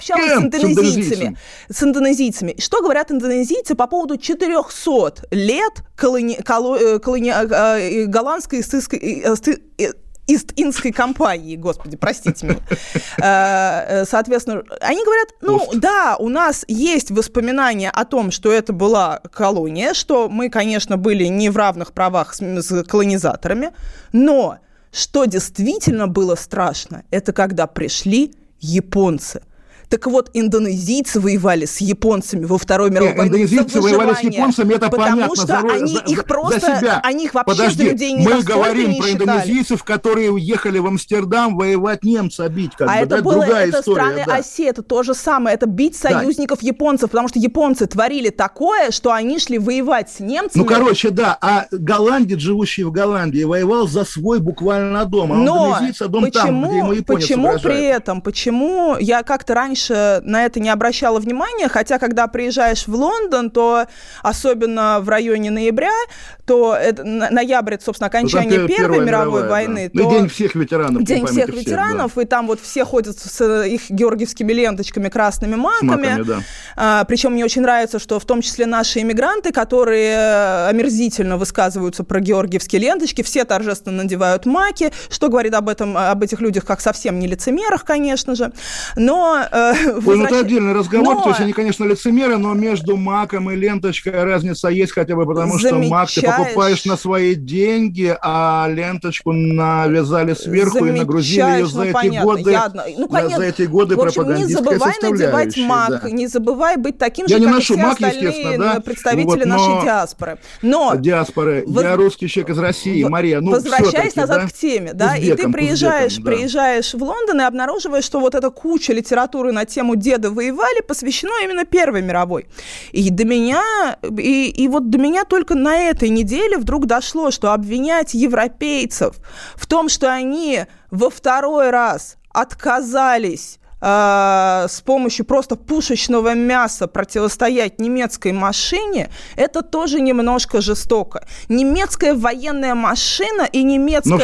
S3: с индонезийцами. Что говорят индонезийцы по поводу 400 лет голландской Ист-Индской компании, господи, простите меня. Соответственно, они говорят, да, у нас есть воспоминания о том, что это была колония, что мы, конечно, были не в равных правах с колонизаторами, но что действительно было страшно, это когда пришли японцы. Так вот, индонезийцы воевали с японцами во Второй мировой войне.
S2: Индонезийцы воевали с японцами, это понятно.
S3: Потому что они их вообще за людей не
S2: мы говорим про индонезийцев, которые уехали в Амстердам воевать немца бить.
S3: Это
S2: другая история.
S3: Страны оси, это то же самое. Это бить союзников японцев, потому что японцы творили такое, что они шли воевать с немцами.
S2: А голландец, живущий в Голландии, воевал за свой буквально дом. А индонезийца дом там, где ему японец угрожает.
S3: Почему я как-то раньше на это не обращала внимания, хотя когда приезжаешь в Лондон, то особенно в районе ноября, то ноябрь, это, собственно, окончание Первой мировой войны.
S2: Да. День всех ветеранов.
S3: День всех ветеранов, да. И там вот все ходят с их георгиевскими ленточками, красными маками. Да. Причем мне очень нравится, что в том числе наши иммигранты, которые омерзительно высказываются про георгиевские ленточки, все торжественно надевают маки, что говорит об этих людях как совсем не лицемерах, конечно же. Но
S2: это отдельный разговор, то есть они, конечно, лицемеры, но между маком и ленточкой разница есть хотя бы потому, что мак ты покупаешь на свои деньги, а ленточку навязали сверху и нагрузили ее за эти годы пропагандистской составляющей.
S3: Мак, не забывай быть таким же, как и все остальные представители нашей диаспоры. Но
S2: я русский человек из России, Мария.
S3: Возвращаясь назад к теме, да, и ты приезжаешь в Лондон и обнаруживаешь, что вот эта куча литературы на тему «Деды воевали» посвящено именно Первой мировой. И до меня только на этой неделе вдруг дошло, что обвинять европейцев в том, что они во второй раз отказались с помощью просто пушечного мяса противостоять немецкой машине, это тоже немножко жестоко. Немецкая военная машина и немецкая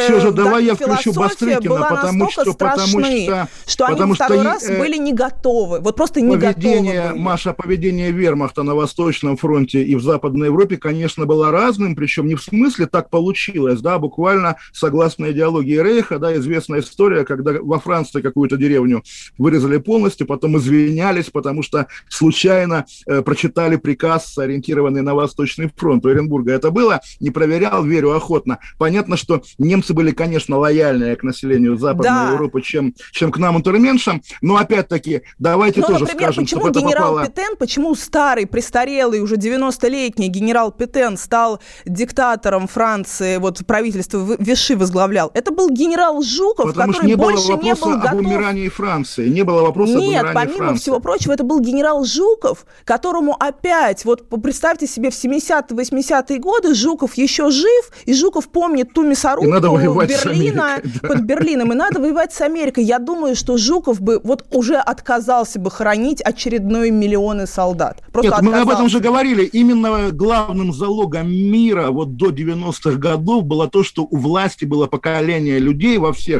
S3: философия была настолько страшны, что они второй раз были не готовы. Вот просто не готовы.
S2: Маша, поведение вермахта на Восточном фронте и в Западной Европе, конечно, было разным, причем не в смысле так получилось, да, буквально согласно идеологии Рейха, да, известная история, когда во Франции какую-то деревню вырезали полностью, потом извинялись, потому что случайно прочитали приказ, ориентированный на Восточный фронт. У Оренбурга это было, не проверял, верю охотно. Понятно, что немцы были, конечно, лояльнее к населению Западной Европы, чем к нам, унтерменшам, но опять-таки давайте тоже скажем,
S3: почему
S2: что
S3: генерал Петен, почему старый, престарелый, уже 90-летний генерал Петен стал диктатором Франции, вот правительство Виши возглавлял? Это был генерал Жуков, который больше не был готов...
S2: об умирании Франции, не было вопроса об умирании Франции.
S3: Нет, помимо всего прочего, это был генерал Жуков, которому опять, вот представьте себе, в 70-80-е годы Жуков еще жив, и Жуков помнит ту мясорубку Берлина под Берлином, и надо воевать с Америкой. Я думаю, что Жуков бы вот уже отказался бы хоронить очередные миллионы солдат.
S2: Нет, мы об этом же говорили. Именно главным залогом мира вот до 90-х годов было то, что у власти было поколение людей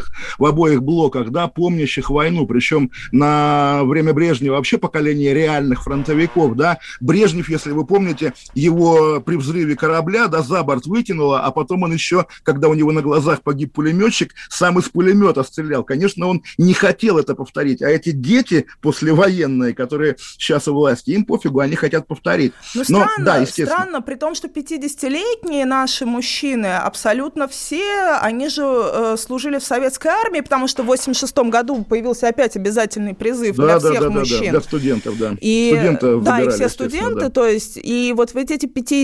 S2: в обоих блоках, да, помнящих войну. Причем на время Брежнева вообще поколение реальных фронтовиков, да. Брежнев, если вы помните, его при взрыве корабля, да, за борт выкинуло, а потом он еще, когда у него на глазах погиб пулеметчик, сам из пулемета стрелял. Конечно, он не хотел это повторить. А эти дети послевоенные, которые сейчас у власти, им пофигу, они хотят повторить.
S3: Но странно, при том, что 50-летние наши мужчины, абсолютно все, они же служили в советской армии, потому что в 86 году появился опять обязательный призыв для всех мужчин.
S2: Да, для студентов, да.
S3: И все студенты, то есть, и вот эти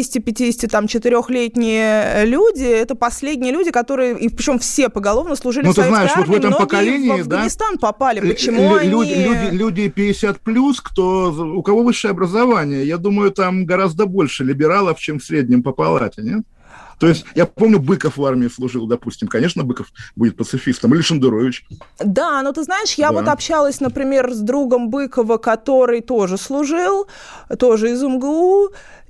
S3: 50-54-летние люди, это последние люди, которые, и причем все поголовно служили в советской армии,
S2: вот в этом поколении,
S3: в Афганистан попали. Почему
S2: люди 50+, у кого высшее образование, я думаю, там гораздо больше либералов, чем в среднем по палате, нет? То есть, я помню, Быков в армии служил, допустим. Конечно, Быков будет пацифистом. Или Шендерович.
S3: Да, но ты знаешь, я вот общалась, например, с другом Быкова, который тоже служил, тоже из МГУ,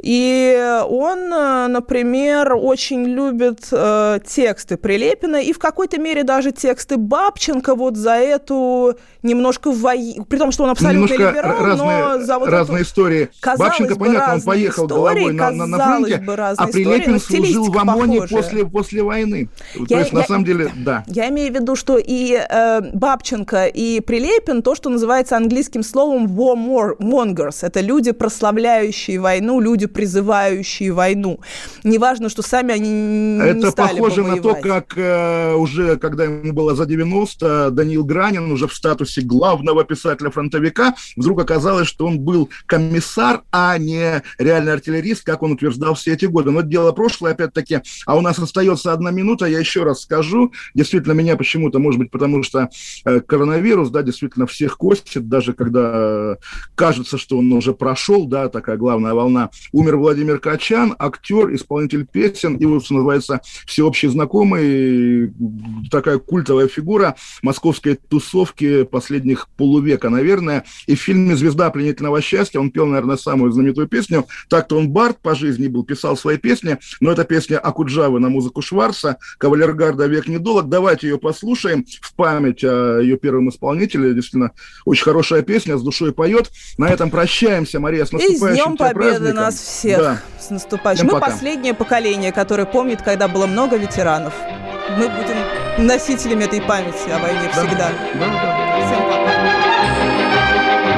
S3: и он, например, очень любит тексты Прилепина и в какой-то мере даже тексты Бабченко вот за эту немножко при том, что он абсолютно либерал, но за вот
S2: разные истории. Бабченко, понятно, он поехал головой на фронте, а Прилепин служил в ОМОНе после войны. То есть, на самом деле, да.
S3: Я имею в виду, что и Бабченко, и Прилепин, то, что называется английским словом warmongers, это люди, прославляющие войну, люди, призывающие войну. Неважно, что сами они не стали бы воевать. Это похоже на то, как уже, когда ему было за 90, Даниил Гранин уже в статусе главного писателя-фронтовика, вдруг оказалось, что он был комиссар, а не реальный артиллерист, как он утверждал все эти годы. Но это дело прошлое, опять-таки. А у нас остается 1 минута, я еще раз скажу. Действительно, меня почему-то, может быть, потому что коронавирус, да, действительно всех косит, даже когда кажется, что он уже прошел, да, такая главная волна. Умер Владимир Качан, актер, исполнитель песен, и, вот, что называется, всеобщий знакомый, такая культовая фигура московской тусовки последних полувека, наверное. И в фильме «Звезда пленительного счастья» он пел, наверное, самую знаменитую песню. Так-то он бард по жизни был, писал свои песни, но это песня Акуджавы на музыку Шварца, «Кавалергарда век недолог». Давайте ее послушаем в память о ее первом исполнителе. Действительно, очень хорошая песня, с душой поет. На этом прощаемся, Мария, с наступающим тебя праздником. И с Днем Победы нас всех, да. С наступающим. Мы последнее поколение, которое помнит, когда было много ветеранов. Мы будем носителями этой памяти о войне всегда.
S2: Да.
S3: Всем пока.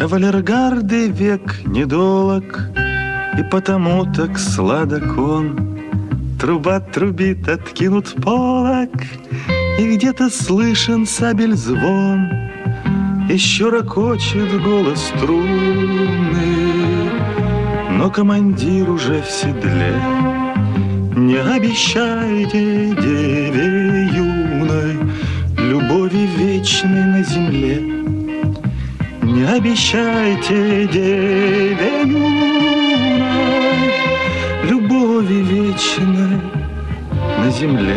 S13: Кавалергарды век недолог, и потому так сладок он. Труба трубит, откинут полог, и где-то слышен сабель звон. Еще ракочет голос струны, но командир уже в седле. Не обещайте деве юной любови вечной на земле. Не обещайте деве юной любови вечной на земле.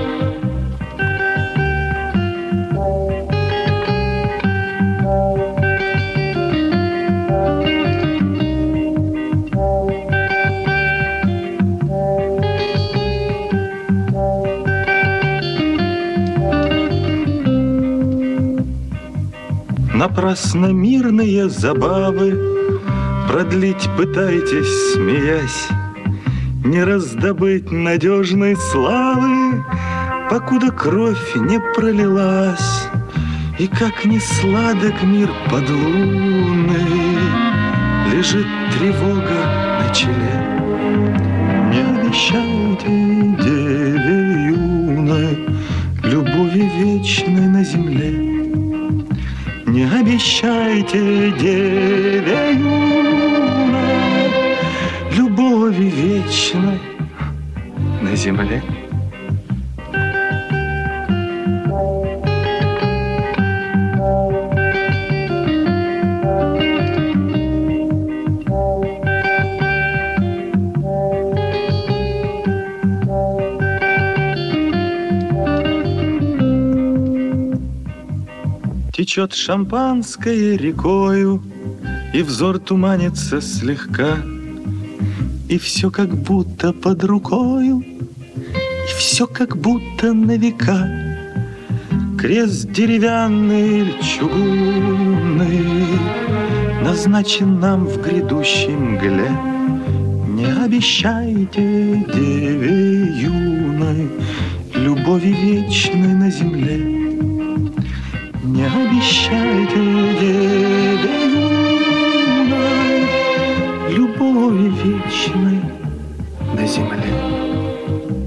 S13: Напрасно мирные забавы продлить пытаетесь, смеясь, не раздобыть надежной славы, покуда кровь не пролилась. И как не сладок мир подлунный, лежит тревога на челе. Не обещайте деве юной любови вечной на земле. Не обещайте деве юной любови вечной на земле. Течет шампанское рекою, и взор туманится слегка, и все как будто под рукою, и все как будто на века. Крест деревянный или чугунный назначен нам в грядущей мгле. Не обещайте деве юной любови вечной на земле. Не обещайте деве юной любови вечной на земле.